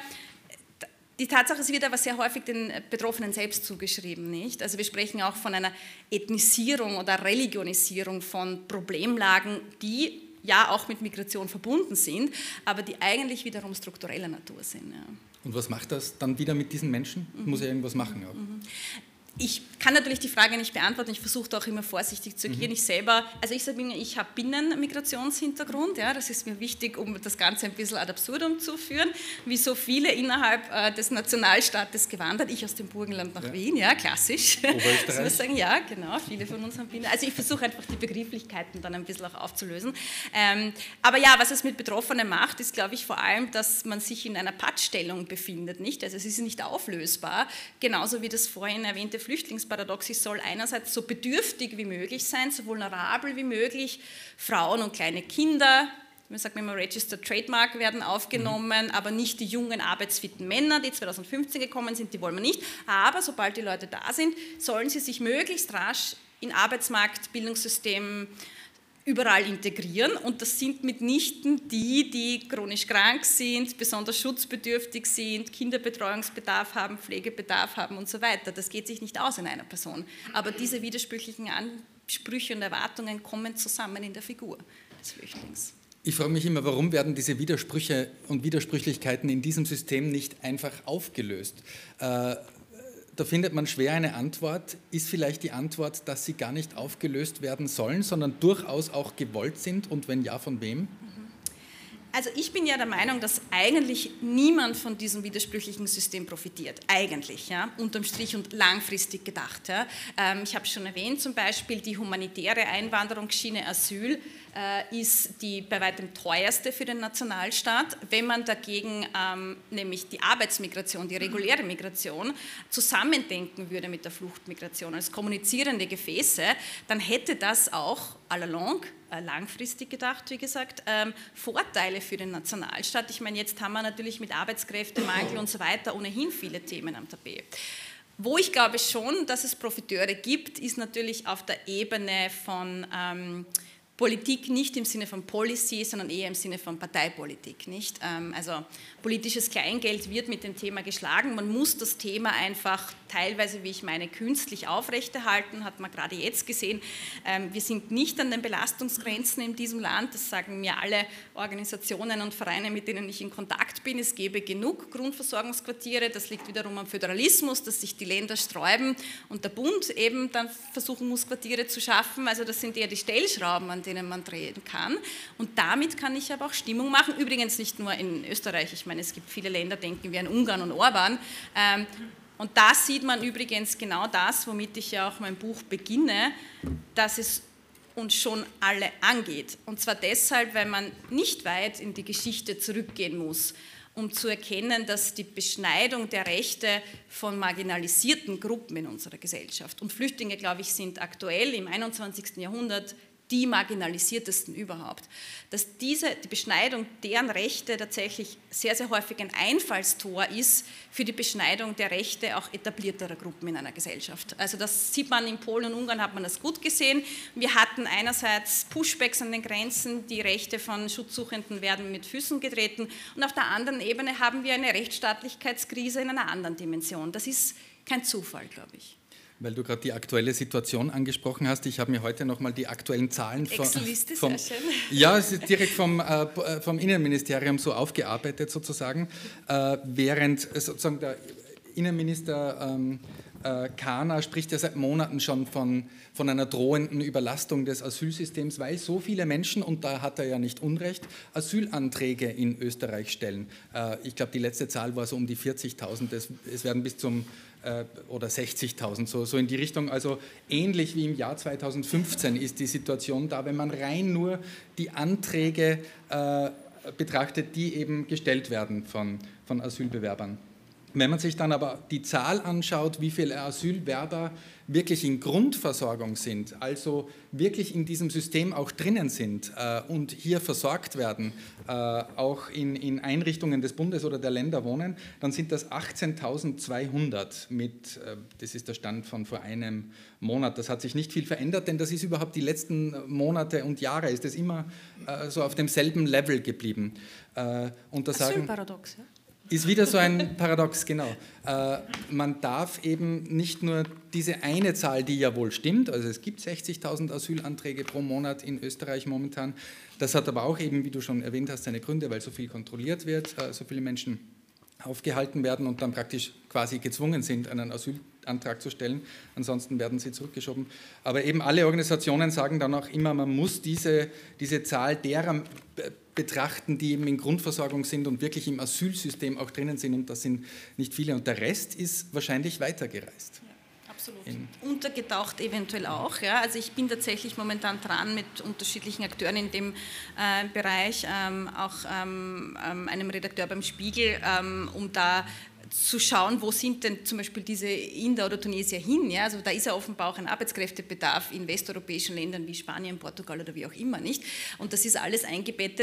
C: die Tatsache, es wird aber sehr häufig den Betroffenen selbst zugeschrieben, nicht? Also wir sprechen auch von einer Ethnisierung oder Religionisierung von Problemlagen, die ja auch mit Migration verbunden sind, aber die eigentlich wiederum struktureller Natur sind. Ja.
B: Und was macht das dann wieder mit diesen Menschen? Muss ja irgendwas machen auch.
C: Ich kann natürlich die Frage nicht beantworten, ich versuche da auch immer vorsichtig zu agieren. Ich selber, also ich sage mir, ich habe Binnenmigrationshintergrund, ja, das ist mir wichtig, um das Ganze ein bisschen ad absurdum zu führen, wie so viele innerhalb des Nationalstaates gewandert, ich aus dem Burgenland nach Wien, ja, klassisch.
B: Oberösterreich.
C: So sagen, ja, genau, viele von uns haben Binnen. Also ich versuche einfach die Begrifflichkeiten dann ein bisschen auch aufzulösen. Aber ja, was es mit Betroffenen macht, ist, glaube ich, vor allem, dass man sich in einer Pattstellung befindet, nicht? Also es ist nicht auflösbar, genauso wie das vorhin erwähnte Flüchtlingsparadox. Ich soll einerseits so bedürftig wie möglich sein, so vulnerabel wie möglich, Frauen und kleine Kinder, man sagt immer Registered Trademark werden aufgenommen, aber nicht die jungen arbeitsfitten Männer, die 2015 gekommen sind, die wollen wir nicht. Aber sobald die Leute da sind, sollen sie sich möglichst rasch in Arbeitsmarkt, Bildungssystem, überall integrieren, und das sind mitnichten die, die chronisch krank sind, besonders schutzbedürftig sind, Kinderbetreuungsbedarf haben, Pflegebedarf haben und so weiter. Das geht sich nicht aus in einer Person. Aber diese widersprüchlichen Ansprüche und Erwartungen kommen zusammen in der Figur des Flüchtlings.
B: Ich frage mich immer, warum werden diese Widersprüche und Widersprüchlichkeiten in diesem System nicht einfach aufgelöst? Da findet man schwer eine Antwort. Ist vielleicht die Antwort, dass sie gar nicht aufgelöst werden sollen, sondern durchaus auch gewollt sind? Und wenn ja, von wem?
C: Also ich bin ja der Meinung, dass eigentlich niemand von diesem widersprüchlichen System profitiert. Eigentlich, ja, unterm Strich und langfristig gedacht. Ja. Ich habe schon erwähnt, zum Beispiel die humanitäre Einwanderungsschiene Asyl ist die bei weitem teuerste für den Nationalstaat. Wenn man dagegen nämlich die Arbeitsmigration, die reguläre Migration zusammendenken würde mit der Fluchtmigration als kommunizierende Gefäße, dann hätte das auch à la longue, langfristig gedacht, wie gesagt, Vorteile für den Nationalstaat. Ich meine, jetzt haben wir natürlich mit Arbeitskräftemangel und so weiter ohnehin viele Themen am Tapet. Wo ich glaube schon, dass es Profiteure gibt, ist natürlich auf der Ebene von Politik, nicht im Sinne von Policy, sondern eher im Sinne von Parteipolitik. Nicht? Also politisches Kleingeld wird mit dem Thema geschlagen. Man muss das Thema einfach teilweise, wie ich meine, künstlich aufrechterhalten, hat man gerade jetzt gesehen. Wir sind nicht an den Belastungsgrenzen in diesem Land, das sagen mir alle Organisationen und Vereine, mit denen ich in Kontakt bin. Es gäbe genug Grundversorgungsquartiere, das liegt wiederum am Föderalismus, dass sich die Länder sträuben und der Bund eben dann versuchen muss, Quartiere zu schaffen. Also das sind eher die Stellschrauben, an denen man drehen kann. Und damit kann ich aber auch Stimmung machen. Übrigens nicht nur in Österreich. Ich meine, es gibt viele Länder, denken wir an Ungarn und Orban. Und da sieht man übrigens genau das, womit ich ja auch mein Buch beginne, dass es uns schon alle angeht. Und zwar deshalb, weil man nicht weit in die Geschichte zurückgehen muss, um zu erkennen, dass die Beschneidung der Rechte von marginalisierten Gruppen in unserer Gesellschaft, und Flüchtlinge, glaube ich, sind aktuell im 21. Jahrhundert die marginalisiertesten überhaupt, dass die Beschneidung deren Rechte tatsächlich sehr, sehr häufig ein Einfallstor ist für die Beschneidung der Rechte auch etablierterer Gruppen in einer Gesellschaft. Also das sieht man in Polen und Ungarn, hat man das gut gesehen. Wir hatten einerseits Pushbacks an den Grenzen, die Rechte von Schutzsuchenden werden mit Füßen getreten, und auf der anderen Ebene haben wir eine Rechtsstaatlichkeitskrise in einer anderen Dimension. Das ist kein Zufall, glaube ich.
B: Weil du gerade die aktuelle Situation angesprochen hast, ich habe mir heute nochmal die aktuellen Zahlen
C: Excel-Liste, sehr schön.
B: Ja, es ist direkt vom Innenministerium so aufgearbeitet sozusagen, während sozusagen der Innenminister Kahner spricht ja seit Monaten schon von einer drohenden Überlastung des Asylsystems, weil so viele Menschen, und da hat er ja nicht Unrecht, Asylanträge in Österreich stellen. Ich glaube, die letzte Zahl war so um die 40.000, es werden bis zum oder 60.000, so in die Richtung. Also ähnlich wie im Jahr 2015 ist die Situation da, wenn man rein nur die Anträge betrachtet, die eben gestellt werden von Asylbewerbern. Wenn man sich dann aber die Zahl anschaut, wie viele Asylwerber wirklich in Grundversorgung sind, also wirklich in diesem System auch drinnen sind und hier versorgt werden, auch in Einrichtungen des Bundes oder der Länder wohnen, dann sind das 18.200 das ist der Stand von vor einem Monat. Das hat sich nicht viel verändert, denn das ist überhaupt die letzten Monate und Jahre, ist es immer so auf demselben Level geblieben. Und da sagen,
C: Asylparadox, ja?
B: Ist wieder so ein Paradox, genau. Man darf eben nicht nur diese eine Zahl, die ja wohl stimmt, also es gibt 60.000 Asylanträge pro Monat in Österreich momentan, das hat aber auch eben, wie du schon erwähnt hast, seine Gründe, weil so viel kontrolliert wird, so viele Menschen aufgehalten werden und dann praktisch quasi gezwungen sind, einen Asylantrag zu stellen, ansonsten werden sie zurückgeschoben. Aber eben alle Organisationen sagen dann auch immer, man muss diese Zahl derer betrachten, die eben in Grundversorgung sind und wirklich im Asylsystem auch drinnen sind, und das sind nicht viele, und der Rest ist wahrscheinlich weitergereist.
C: Ja, absolut. Untergetaucht eventuell auch. Ja. Also ich bin tatsächlich momentan dran mit unterschiedlichen Akteuren in dem Bereich, auch einem Redakteur beim Spiegel, um da zu schauen, wo sind denn zum Beispiel diese Inder oder Tunesier hin. Ja? Also da ist ja offenbar auch ein Arbeitskräftebedarf in westeuropäischen Ländern wie Spanien, Portugal oder wie auch immer, nicht? Und das ist alles eingebettet,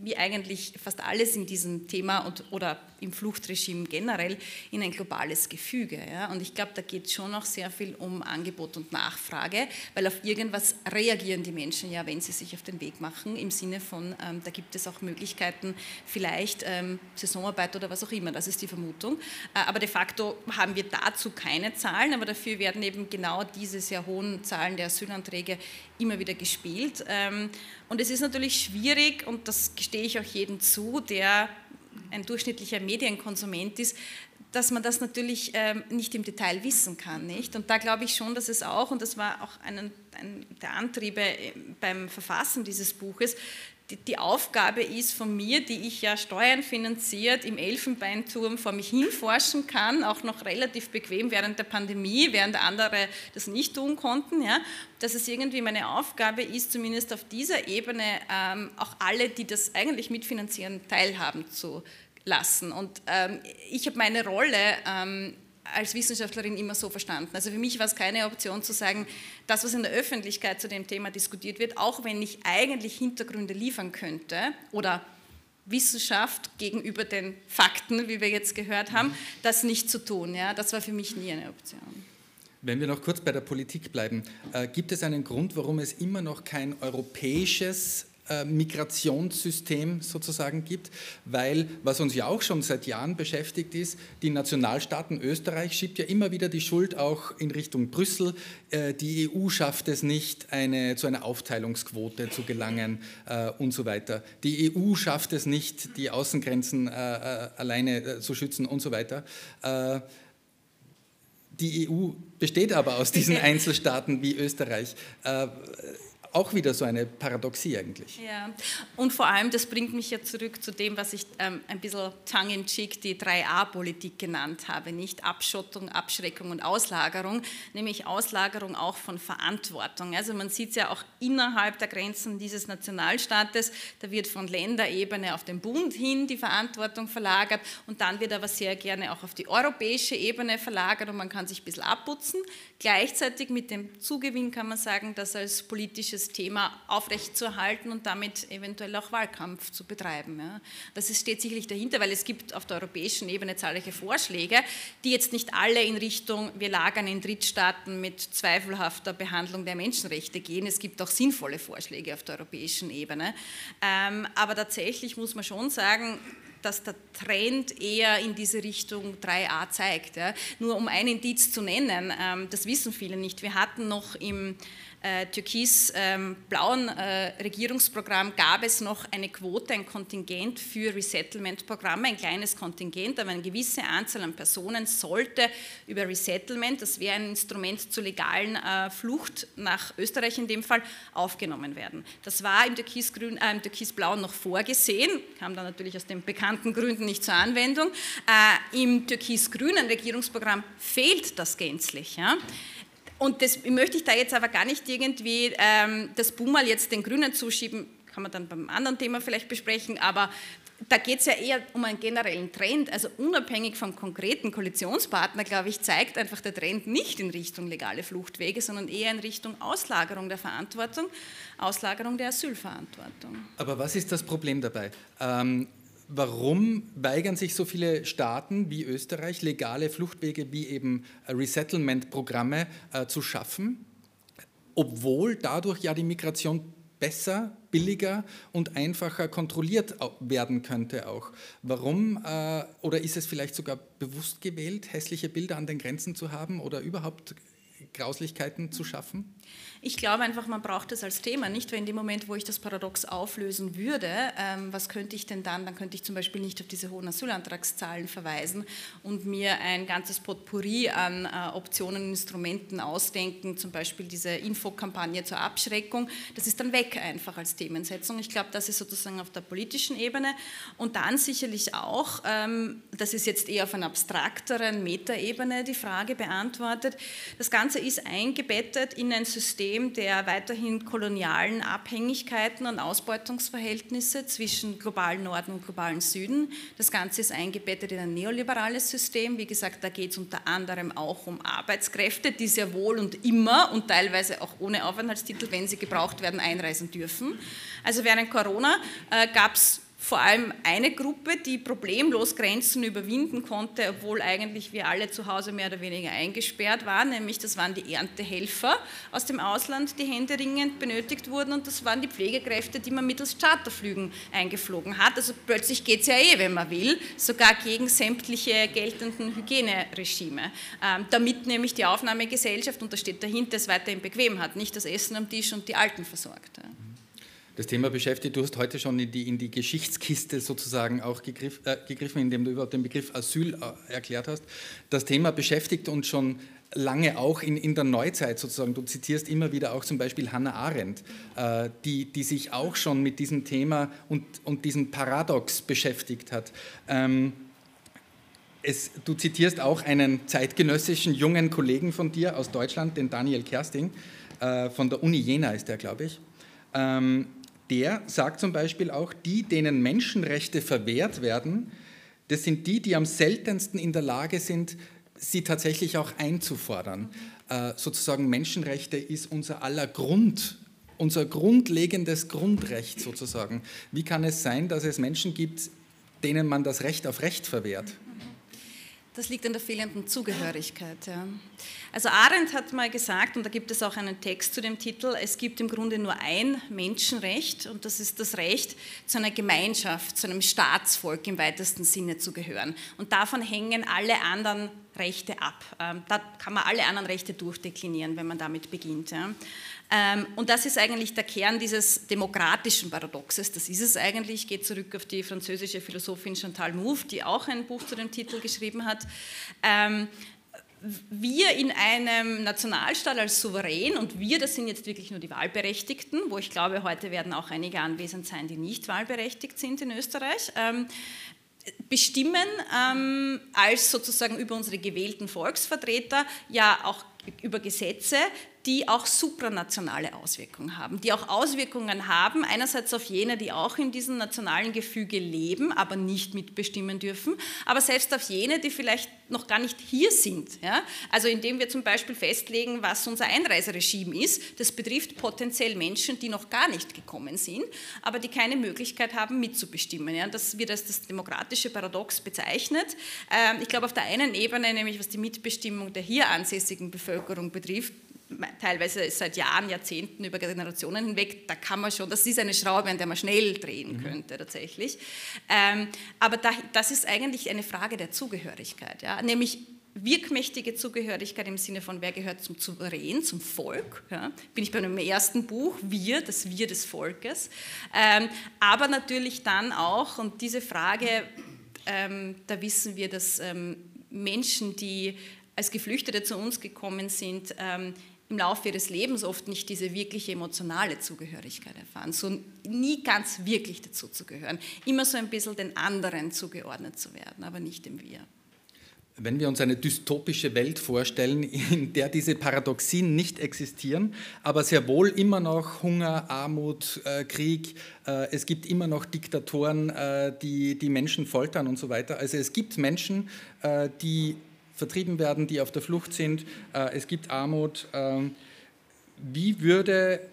C: wie eigentlich fast alles in diesem Thema oder im Fluchtregime generell, in ein globales Gefüge. Ja? Und ich glaube, da geht es schon auch sehr viel um Angebot und Nachfrage, weil auf irgendwas reagieren die Menschen ja, wenn sie sich auf den Weg machen, im Sinne von, da gibt es auch Möglichkeiten, vielleicht Saisonarbeit oder was auch immer, das ist die Vermutung. Aber de facto haben wir dazu keine Zahlen, aber dafür werden eben genau diese sehr hohen Zahlen der Asylanträge immer wieder gespielt. Und es ist natürlich schwierig, und das gestehe ich auch jedem zu, der ein durchschnittlicher Medienkonsument ist, dass man das natürlich nicht im Detail wissen kann. Nicht? Und da glaube ich schon, dass es auch, und das war auch der Antriebe beim Verfassen dieses Buches, die Aufgabe ist von mir, die ich ja steuernfinanziert im Elfenbeinturm vor mich hinforschen kann, auch noch relativ bequem während der Pandemie, während andere das nicht tun konnten, ja, dass es irgendwie meine Aufgabe ist, zumindest auf dieser Ebene auch alle, die das eigentlich mitfinanzieren, teilhaben zu lassen. Und ich habe meine Rolle als Wissenschaftlerin immer so verstanden. Also für mich war es keine Option zu sagen, das, was in der Öffentlichkeit zu dem Thema diskutiert wird, auch wenn ich eigentlich Hintergründe liefern könnte oder Wissenschaft gegenüber den Fakten, wie wir jetzt gehört haben, das nicht zu tun. Ja? Das war für mich nie eine Option.
B: Wenn wir noch kurz bei der Politik bleiben, gibt es einen Grund, warum es immer noch kein europäisches Migrationssystem sozusagen gibt, weil, was uns ja auch schon seit Jahren beschäftigt ist, die Nationalstaaten, Österreich schiebt ja immer wieder die Schuld auch in Richtung Brüssel, die EU schafft es nicht, zu einer Aufteilungsquote zu gelangen und so weiter. Die EU schafft es nicht, die Außengrenzen alleine zu schützen und so weiter. Die EU besteht aber aus diesen Einzelstaaten wie Österreich. Auch wieder so eine Paradoxie eigentlich.
C: Ja, und vor allem, das bringt mich ja zurück zu dem, was ich ein bisschen tongue-in-cheek die 3A-Politik genannt habe, nicht Abschottung, Abschreckung und Auslagerung, nämlich Auslagerung auch von Verantwortung. Also man sieht es ja auch innerhalb der Grenzen dieses Nationalstaates, da wird von Länderebene auf den Bund hin die Verantwortung verlagert und dann wird aber sehr gerne auch auf die europäische Ebene verlagert und man kann sich ein bisschen abputzen. Gleichzeitig mit dem Zugewinn kann man sagen, das als politisches Thema aufrechtzuerhalten und damit eventuell auch Wahlkampf zu betreiben. Ja. Das steht sicherlich dahinter, weil es gibt auf der europäischen Ebene zahlreiche Vorschläge, die jetzt nicht alle in Richtung, wir lagern in Drittstaaten mit zweifelhafter Behandlung der Menschenrechte gehen. Es gibt auch sinnvolle Vorschläge auf der europäischen Ebene. Aber tatsächlich muss man schon sagen, dass der Trend eher in diese Richtung 3a zeigt. Ja. Nur um ein Indiz zu nennen, das wissen viele nicht, wir hatten noch im türkis-blauen Regierungsprogramm gab es noch eine Quote, ein Kontingent für Resettlement-Programme, ein kleines Kontingent, aber eine gewisse Anzahl an Personen sollte über Resettlement, das wäre ein Instrument zur legalen Flucht nach Österreich in dem Fall, aufgenommen werden. Das war im türkis-blauen noch vorgesehen, kam dann natürlich aus den bekannten Gründen nicht zur Anwendung. Im türkis-grünen Regierungsprogramm fehlt das gänzlich. Ja? Und das möchte ich da jetzt aber gar nicht irgendwie das Buhmal jetzt den Grünen zuschieben, kann man dann beim anderen Thema vielleicht besprechen, aber da geht es ja eher um einen generellen Trend, also unabhängig vom konkreten Koalitionspartner, glaube ich, zeigt einfach der Trend nicht in Richtung legale Fluchtwege, sondern eher in Richtung Auslagerung der Verantwortung, Auslagerung der Asylverantwortung.
B: Aber was ist das Problem dabei? Warum weigern sich so viele Staaten wie Österreich, legale Fluchtwege wie eben Resettlement-Programme zu schaffen, obwohl dadurch ja die Migration besser, billiger und einfacher kontrolliert werden könnte auch? Warum, oder ist es vielleicht sogar bewusst gewählt, hässliche Bilder an den Grenzen zu haben oder überhaupt Grauslichkeiten zu schaffen?
C: Ich glaube einfach, man braucht das als Thema, nicht? Weil in dem Moment, wo ich das Paradox auflösen würde, was könnte ich denn dann? Dann könnte ich zum Beispiel nicht auf diese hohen Asylantragszahlen verweisen und mir ein ganzes Potpourri an Optionen und Instrumenten ausdenken, zum Beispiel diese Infokampagne zur Abschreckung. Das ist dann weg einfach als Themensetzung. Ich glaube, das ist sozusagen auf der politischen Ebene und dann sicherlich auch, das ist jetzt eher auf einer abstrakteren Metaebene die Frage beantwortet, das Ganze ist eingebettet in ein System der weiterhin kolonialen Abhängigkeiten und Ausbeutungsverhältnisse zwischen globalen Norden und globalen Süden. Das Ganze ist eingebettet in ein neoliberales System. Wie gesagt, da geht es unter anderem auch um Arbeitskräfte, die sehr wohl und immer und teilweise auch ohne Aufenthaltstitel, wenn sie gebraucht werden, einreisen dürfen. Also während Corona gab es vor allem eine Gruppe, die problemlos Grenzen überwinden konnte, obwohl eigentlich wir alle zu Hause mehr oder weniger eingesperrt waren, nämlich das waren die Erntehelfer aus dem Ausland, die händeringend benötigt wurden, und das waren die Pflegekräfte, die man mittels Charterflügen eingeflogen hat. Also plötzlich geht es ja wenn man will, sogar gegen sämtliche geltenden Hygieneregime, damit nämlich die Aufnahmegesellschaft, und das steht dahinter, es weiterhin bequem hat, nicht das Essen am Tisch und die Alten versorgt.
B: Das Thema beschäftigt, du hast heute schon in die Geschichtskiste sozusagen auch gegriffen, indem du überhaupt den Begriff Asyl erklärt hast. Das Thema beschäftigt uns schon lange auch in der Neuzeit sozusagen. Du zitierst immer wieder auch zum Beispiel Hannah Arendt, die sich auch schon mit diesem Thema und diesem Paradox beschäftigt hat. Du zitierst auch einen zeitgenössischen jungen Kollegen von dir aus Deutschland, den Daniel Kersting, von der Uni Jena ist der, glaube ich. Der sagt zum Beispiel auch, denen Menschenrechte verwehrt werden, das sind die am seltensten in der Lage sind, sie tatsächlich auch einzufordern. Sozusagen Menschenrechte ist unser grundlegendes Grundrecht sozusagen. Wie kann es sein, dass es Menschen gibt, denen man das Recht auf Recht verwehrt?
C: Das liegt an der fehlenden Zugehörigkeit. Ja. Also Arendt hat mal gesagt, und da gibt es auch einen Text zu dem Titel, es gibt im Grunde nur ein Menschenrecht, und das ist das Recht, zu einer Gemeinschaft, zu einem Staatsvolk im weitesten Sinne zu gehören. Und davon hängen alle anderen Rechte ab. Da kann man alle anderen Rechte durchdeklinieren, wenn man damit beginnt. Ja. Und das ist eigentlich der Kern dieses demokratischen Paradoxes. Das ist es eigentlich, geht zurück auf die französische Philosophin Chantal Mouffe, die auch ein Buch zu dem Titel geschrieben hat. Wir in einem Nationalstaat als Souverän, und wir, das sind jetzt wirklich nur die Wahlberechtigten, wo ich glaube, heute werden auch einige anwesend sein, die nicht wahlberechtigt sind in Österreich, bestimmen als sozusagen über unsere gewählten Volksvertreter ja auch über Gesetze, die auch supranationale Auswirkungen haben, die auch Auswirkungen haben, einerseits auf jene, die auch in diesem nationalen Gefüge leben, aber nicht mitbestimmen dürfen, aber selbst auf jene, die vielleicht noch gar nicht hier sind. Ja? Also indem wir zum Beispiel festlegen, was unser Einreiseregime ist, das betrifft potenziell Menschen, die noch gar nicht gekommen sind, aber die keine Möglichkeit haben, mitzubestimmen. Ja? Das wird als das demokratische Paradox bezeichnet. Ich glaube, auf der einen Ebene, nämlich was die Mitbestimmung der hier ansässigen Bevölkerung betrifft, teilweise seit Jahren, Jahrzehnten, über Generationen hinweg, da kann man schon, das ist eine Schraube, an der man schnell drehen könnte tatsächlich. Aber das ist eigentlich eine Frage der Zugehörigkeit, ja? Nämlich wirkmächtige Zugehörigkeit im Sinne von, wer gehört zum Souverän, zum Volk, ja? Bin ich bei meinem ersten Buch, das Wir des Volkes, aber natürlich dann auch, und diese Frage, da wissen wir, dass Menschen, die als Geflüchtete zu uns gekommen sind, im Laufe ihres Lebens oft nicht diese wirkliche emotionale Zugehörigkeit erfahren, so nie ganz wirklich dazu zu gehören, immer so ein bisschen den anderen zugeordnet zu werden, aber nicht dem Wir.
B: Wenn wir uns eine dystopische Welt vorstellen, in der diese Paradoxien nicht existieren, aber sehr wohl immer noch Hunger, Armut, Krieg, es gibt immer noch Diktatoren, die Menschen foltern und so weiter. Also es gibt Menschen, die vertrieben werden, die auf der Flucht sind, es gibt Armut. Wie würde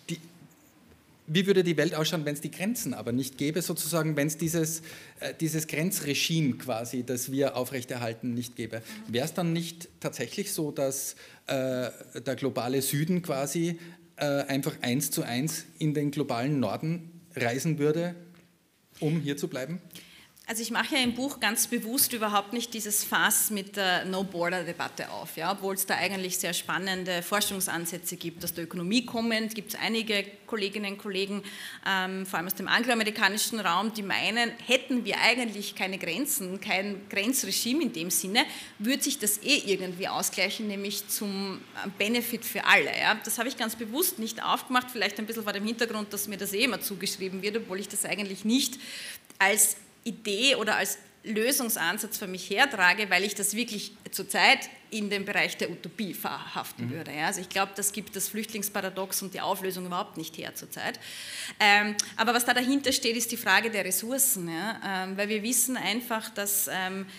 B: die Welt ausschauen, wenn es die Grenzen aber nicht gäbe, sozusagen, wenn es dieses Grenzregime quasi, das wir aufrechterhalten, nicht gäbe? Wäre es dann nicht tatsächlich so, dass der globale Süden quasi einfach 1:1 in den globalen Norden reisen würde, um hier zu bleiben?
C: Also ich mache ja im Buch ganz bewusst überhaupt nicht dieses Fass mit der No-Border-Debatte auf, ja, obwohl es da eigentlich sehr spannende Forschungsansätze gibt. Aus der Ökonomie kommend gibt es einige Kolleginnen und Kollegen, vor allem aus dem angloamerikanischen Raum, die meinen, hätten wir eigentlich keine Grenzen, kein Grenzregime in dem Sinne, würde sich das irgendwie ausgleichen, nämlich zum Benefit für alle. Ja. Das habe ich ganz bewusst nicht aufgemacht, vielleicht ein bisschen vor dem Hintergrund, dass mir das immer zugeschrieben wird, obwohl ich das eigentlich nicht als Idee oder als Lösungsansatz für mich hertrage, weil ich das wirklich zurzeit in den Bereich der Utopie verhaften würde. Ja. Also ich glaube, das gibt das Flüchtlingsparadox und die Auflösung überhaupt nicht her zurzeit. Aber was da dahinter steht, ist die Frage der Ressourcen, ja. Weil wir wissen einfach, dass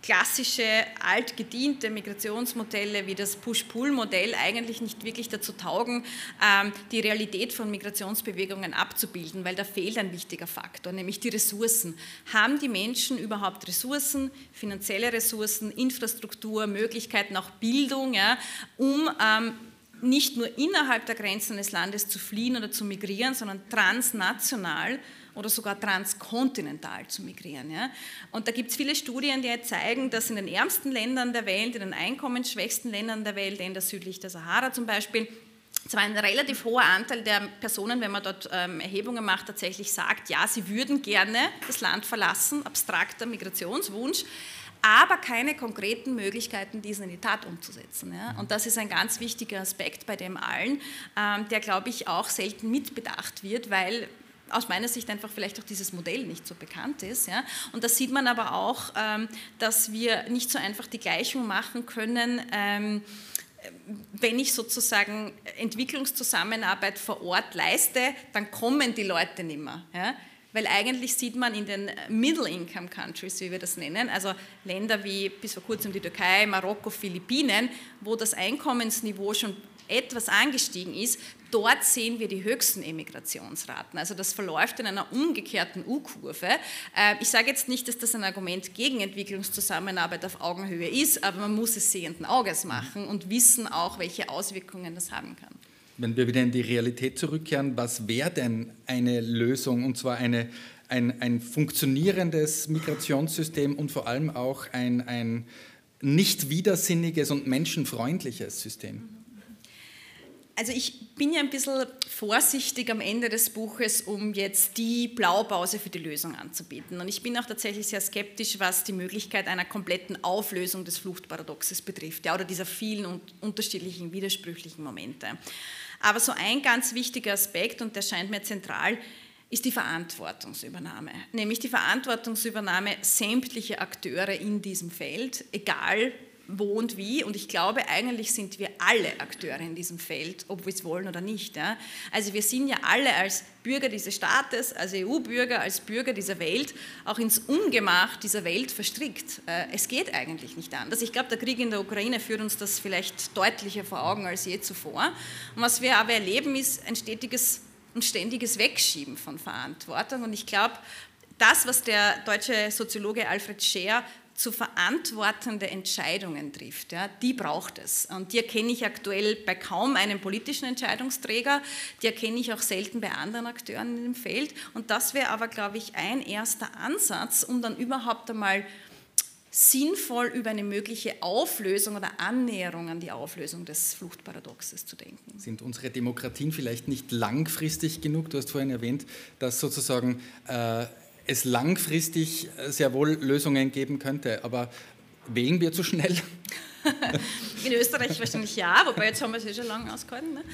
C: klassische, altgediente Migrationsmodelle wie das Push-Pull-Modell eigentlich nicht wirklich dazu taugen, die Realität von Migrationsbewegungen abzubilden, weil da fehlt ein wichtiger Faktor, nämlich die Ressourcen. Haben die Menschen überhaupt Ressourcen, finanzielle Ressourcen, Infrastruktur, Möglichkeiten, auch Bildung, ja, um nicht nur innerhalb der Grenzen des Landes zu fliehen oder zu migrieren, sondern transnational oder sogar transkontinental zu migrieren. Ja? Und da gibt es viele Studien, die zeigen, dass in den ärmsten Ländern der Welt, in den einkommensschwächsten Ländern der Welt, Länder südlich der Sahara zum Beispiel, zwar ein relativ hoher Anteil der Personen, wenn man dort Erhebungen macht, tatsächlich sagt, ja, sie würden gerne das Land verlassen, abstrakter Migrationswunsch, aber keine konkreten Möglichkeiten, diesen in die Tat umzusetzen. Ja? Und das ist ein ganz wichtiger Aspekt bei dem allen, der, glaube ich, auch selten mitbedacht wird, weil aus meiner Sicht einfach vielleicht auch dieses Modell nicht so bekannt ist. Ja? Und da sieht man aber auch, dass wir nicht so einfach die Gleichung machen können, wenn ich sozusagen Entwicklungszusammenarbeit vor Ort leiste, dann kommen die Leute nicht mehr. Ja? Weil eigentlich sieht man in den Middle-Income-Countries, wie wir das nennen, also Länder wie bis vor kurzem die Türkei, Marokko, Philippinen, wo das Einkommensniveau schon etwas angestiegen ist, dort sehen wir die höchsten Emigrationsraten. Also das verläuft in einer umgekehrten U-Kurve. Ich sage jetzt nicht, dass das ein Argument gegen Entwicklungszusammenarbeit auf Augenhöhe ist, aber man muss es sehenden Auges machen und wissen auch, welche Auswirkungen das haben kann.
B: Wenn wir wieder in die Realität zurückkehren, was wäre denn eine Lösung, und zwar ein funktionierendes Migrationssystem und vor allem auch ein nicht widersinniges und menschenfreundliches System?
C: Also ich bin ja ein bisschen vorsichtig am Ende des Buches, um jetzt die Blaupause für die Lösung anzubieten. Und ich bin auch tatsächlich sehr skeptisch, was die Möglichkeit einer kompletten Auflösung des Fluchtparadoxes betrifft, ja, oder dieser vielen und unterschiedlichen, widersprüchlichen Momente. Aber so ein ganz wichtiger Aspekt, und der scheint mir zentral, ist die Verantwortungsübernahme. Nämlich die Verantwortungsübernahme sämtlicher Akteure in diesem Feld, egal wo und wie. Und ich glaube, eigentlich sind wir alle Akteure in diesem Feld, ob wir es wollen oder nicht. Ja? Also wir sind ja alle als Bürger dieses Staates, als EU-Bürger, als Bürger dieser Welt auch ins Ungemach dieser Welt verstrickt. Es geht eigentlich nicht anders. Ich glaube, der Krieg in der Ukraine führt uns das vielleicht deutlicher vor Augen als je zuvor. Und was wir aber erleben, ist ein stetiges und ständiges Wegschieben von Verantwortung. Und ich glaube, das, was der deutsche Soziologe Alfred Scheer zu verantwortende Entscheidungen trifft, ja, die braucht es. Und die erkenne ich aktuell bei kaum einem politischen Entscheidungsträger, die erkenne ich auch selten bei anderen Akteuren in dem Feld. Und das wäre aber, glaube ich, ein erster Ansatz, um dann überhaupt einmal sinnvoll über eine mögliche Auflösung oder Annäherung an die Auflösung des Fluchtparadoxes zu denken.
B: Sind unsere Demokratien vielleicht nicht langfristig genug? Du hast vorhin erwähnt, dass sozusagen es langfristig sehr wohl Lösungen geben könnte, aber wählen wir zu schnell?
C: In Österreich wahrscheinlich ja, wobei jetzt haben wir es schon lange ausgehalten. Ne?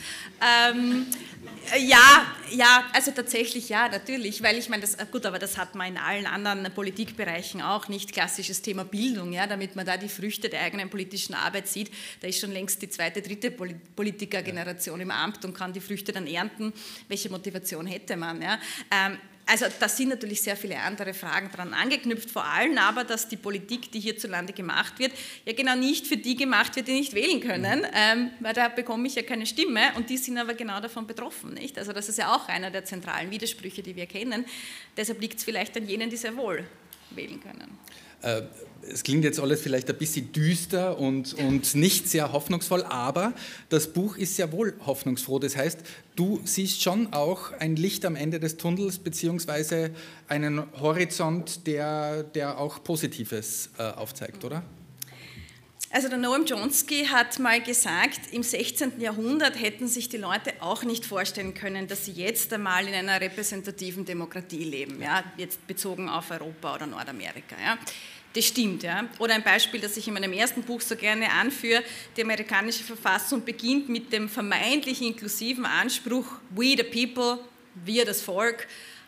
C: Ja, also tatsächlich ja, natürlich, weil ich meine, gut, aber das hat man in allen anderen Politikbereichen auch, nicht klassisches Thema Bildung, ja, damit man da die Früchte der eigenen politischen Arbeit sieht. Da ist schon längst die zweite, dritte Politikergeneration im Amt und kann die Früchte dann ernten. Welche Motivation hätte man? Ja? Also da sind natürlich sehr viele andere Fragen dran angeknüpft, vor allem aber, dass die Politik, die hierzulande gemacht wird, ja genau nicht für die gemacht wird, die nicht wählen können, weil da bekomme ich ja keine Stimme und die sind aber genau davon betroffen, nicht? Also das ist ja auch einer der zentralen Widersprüche, die wir kennen. Deshalb liegt es vielleicht an jenen, die sehr wohl wählen können.
B: Es klingt jetzt alles vielleicht ein bisschen düster und nicht sehr hoffnungsvoll, aber das Buch ist sehr wohl hoffnungsfroh. Das heißt, du siehst schon auch ein Licht am Ende des Tunnels beziehungsweise einen Horizont, der auch Positives aufzeigt, oder?
C: Also der Noam Chomsky hat mal gesagt, im 16. Jahrhundert hätten sich die Leute auch nicht vorstellen können, dass sie jetzt einmal in einer repräsentativen Demokratie leben, ja, jetzt bezogen auf Europa oder Nordamerika. Ja. Das stimmt. Ja. Oder ein Beispiel, das ich in meinem ersten Buch so gerne anführe, die amerikanische Verfassung beginnt mit dem vermeintlich inklusiven Anspruch, we the people, wir das Volk,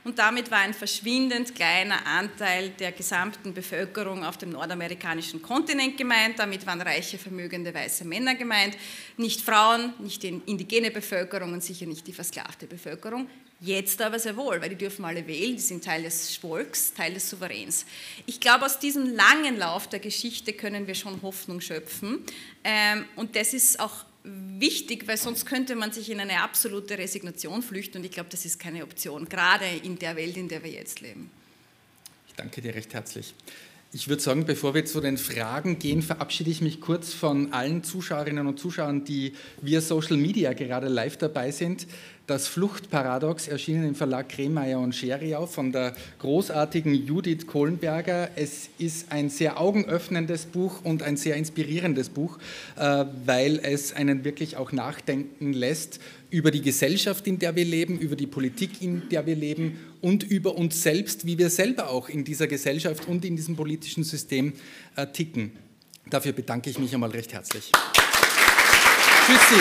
C: und damit war ein verschwindend kleiner Anteil der gesamten Bevölkerung auf dem nordamerikanischen Kontinent gemeint. Damit waren reiche, vermögende, weiße Männer gemeint, nicht Frauen, nicht die indigene Bevölkerung und sicher nicht die versklavte Bevölkerung. Jetzt aber sehr wohl, weil die dürfen alle wählen, die sind Teil des Volks, Teil des Souveräns. Ich glaube, aus diesem langen Lauf der Geschichte können wir schon Hoffnung schöpfen, und das ist auch wichtig, weil sonst könnte man sich in eine absolute Resignation flüchten, und ich glaube, das ist keine Option, gerade in der Welt, in der wir jetzt leben.
B: Ich danke dir recht herzlich. Ich würde sagen, bevor wir zu den Fragen gehen, verabschiede ich mich kurz von allen Zuschauerinnen und Zuschauern, die via Social Media gerade live dabei sind. Das Fluchtparadox, erschienen im Verlag Kremeyer und Scheriau von der großartigen Judith Kohlenberger. Es ist ein sehr augenöffnendes Buch und ein sehr inspirierendes Buch, weil es einen wirklich auch nachdenken lässt über die Gesellschaft, in der wir leben, über die Politik, in der wir leben und über uns selbst, wie wir selber auch in dieser Gesellschaft und in diesem politischen System ticken. Dafür bedanke ich mich einmal recht herzlich. Tschüssi.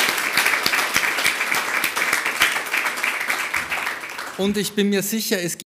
B: Und ich bin mir sicher, es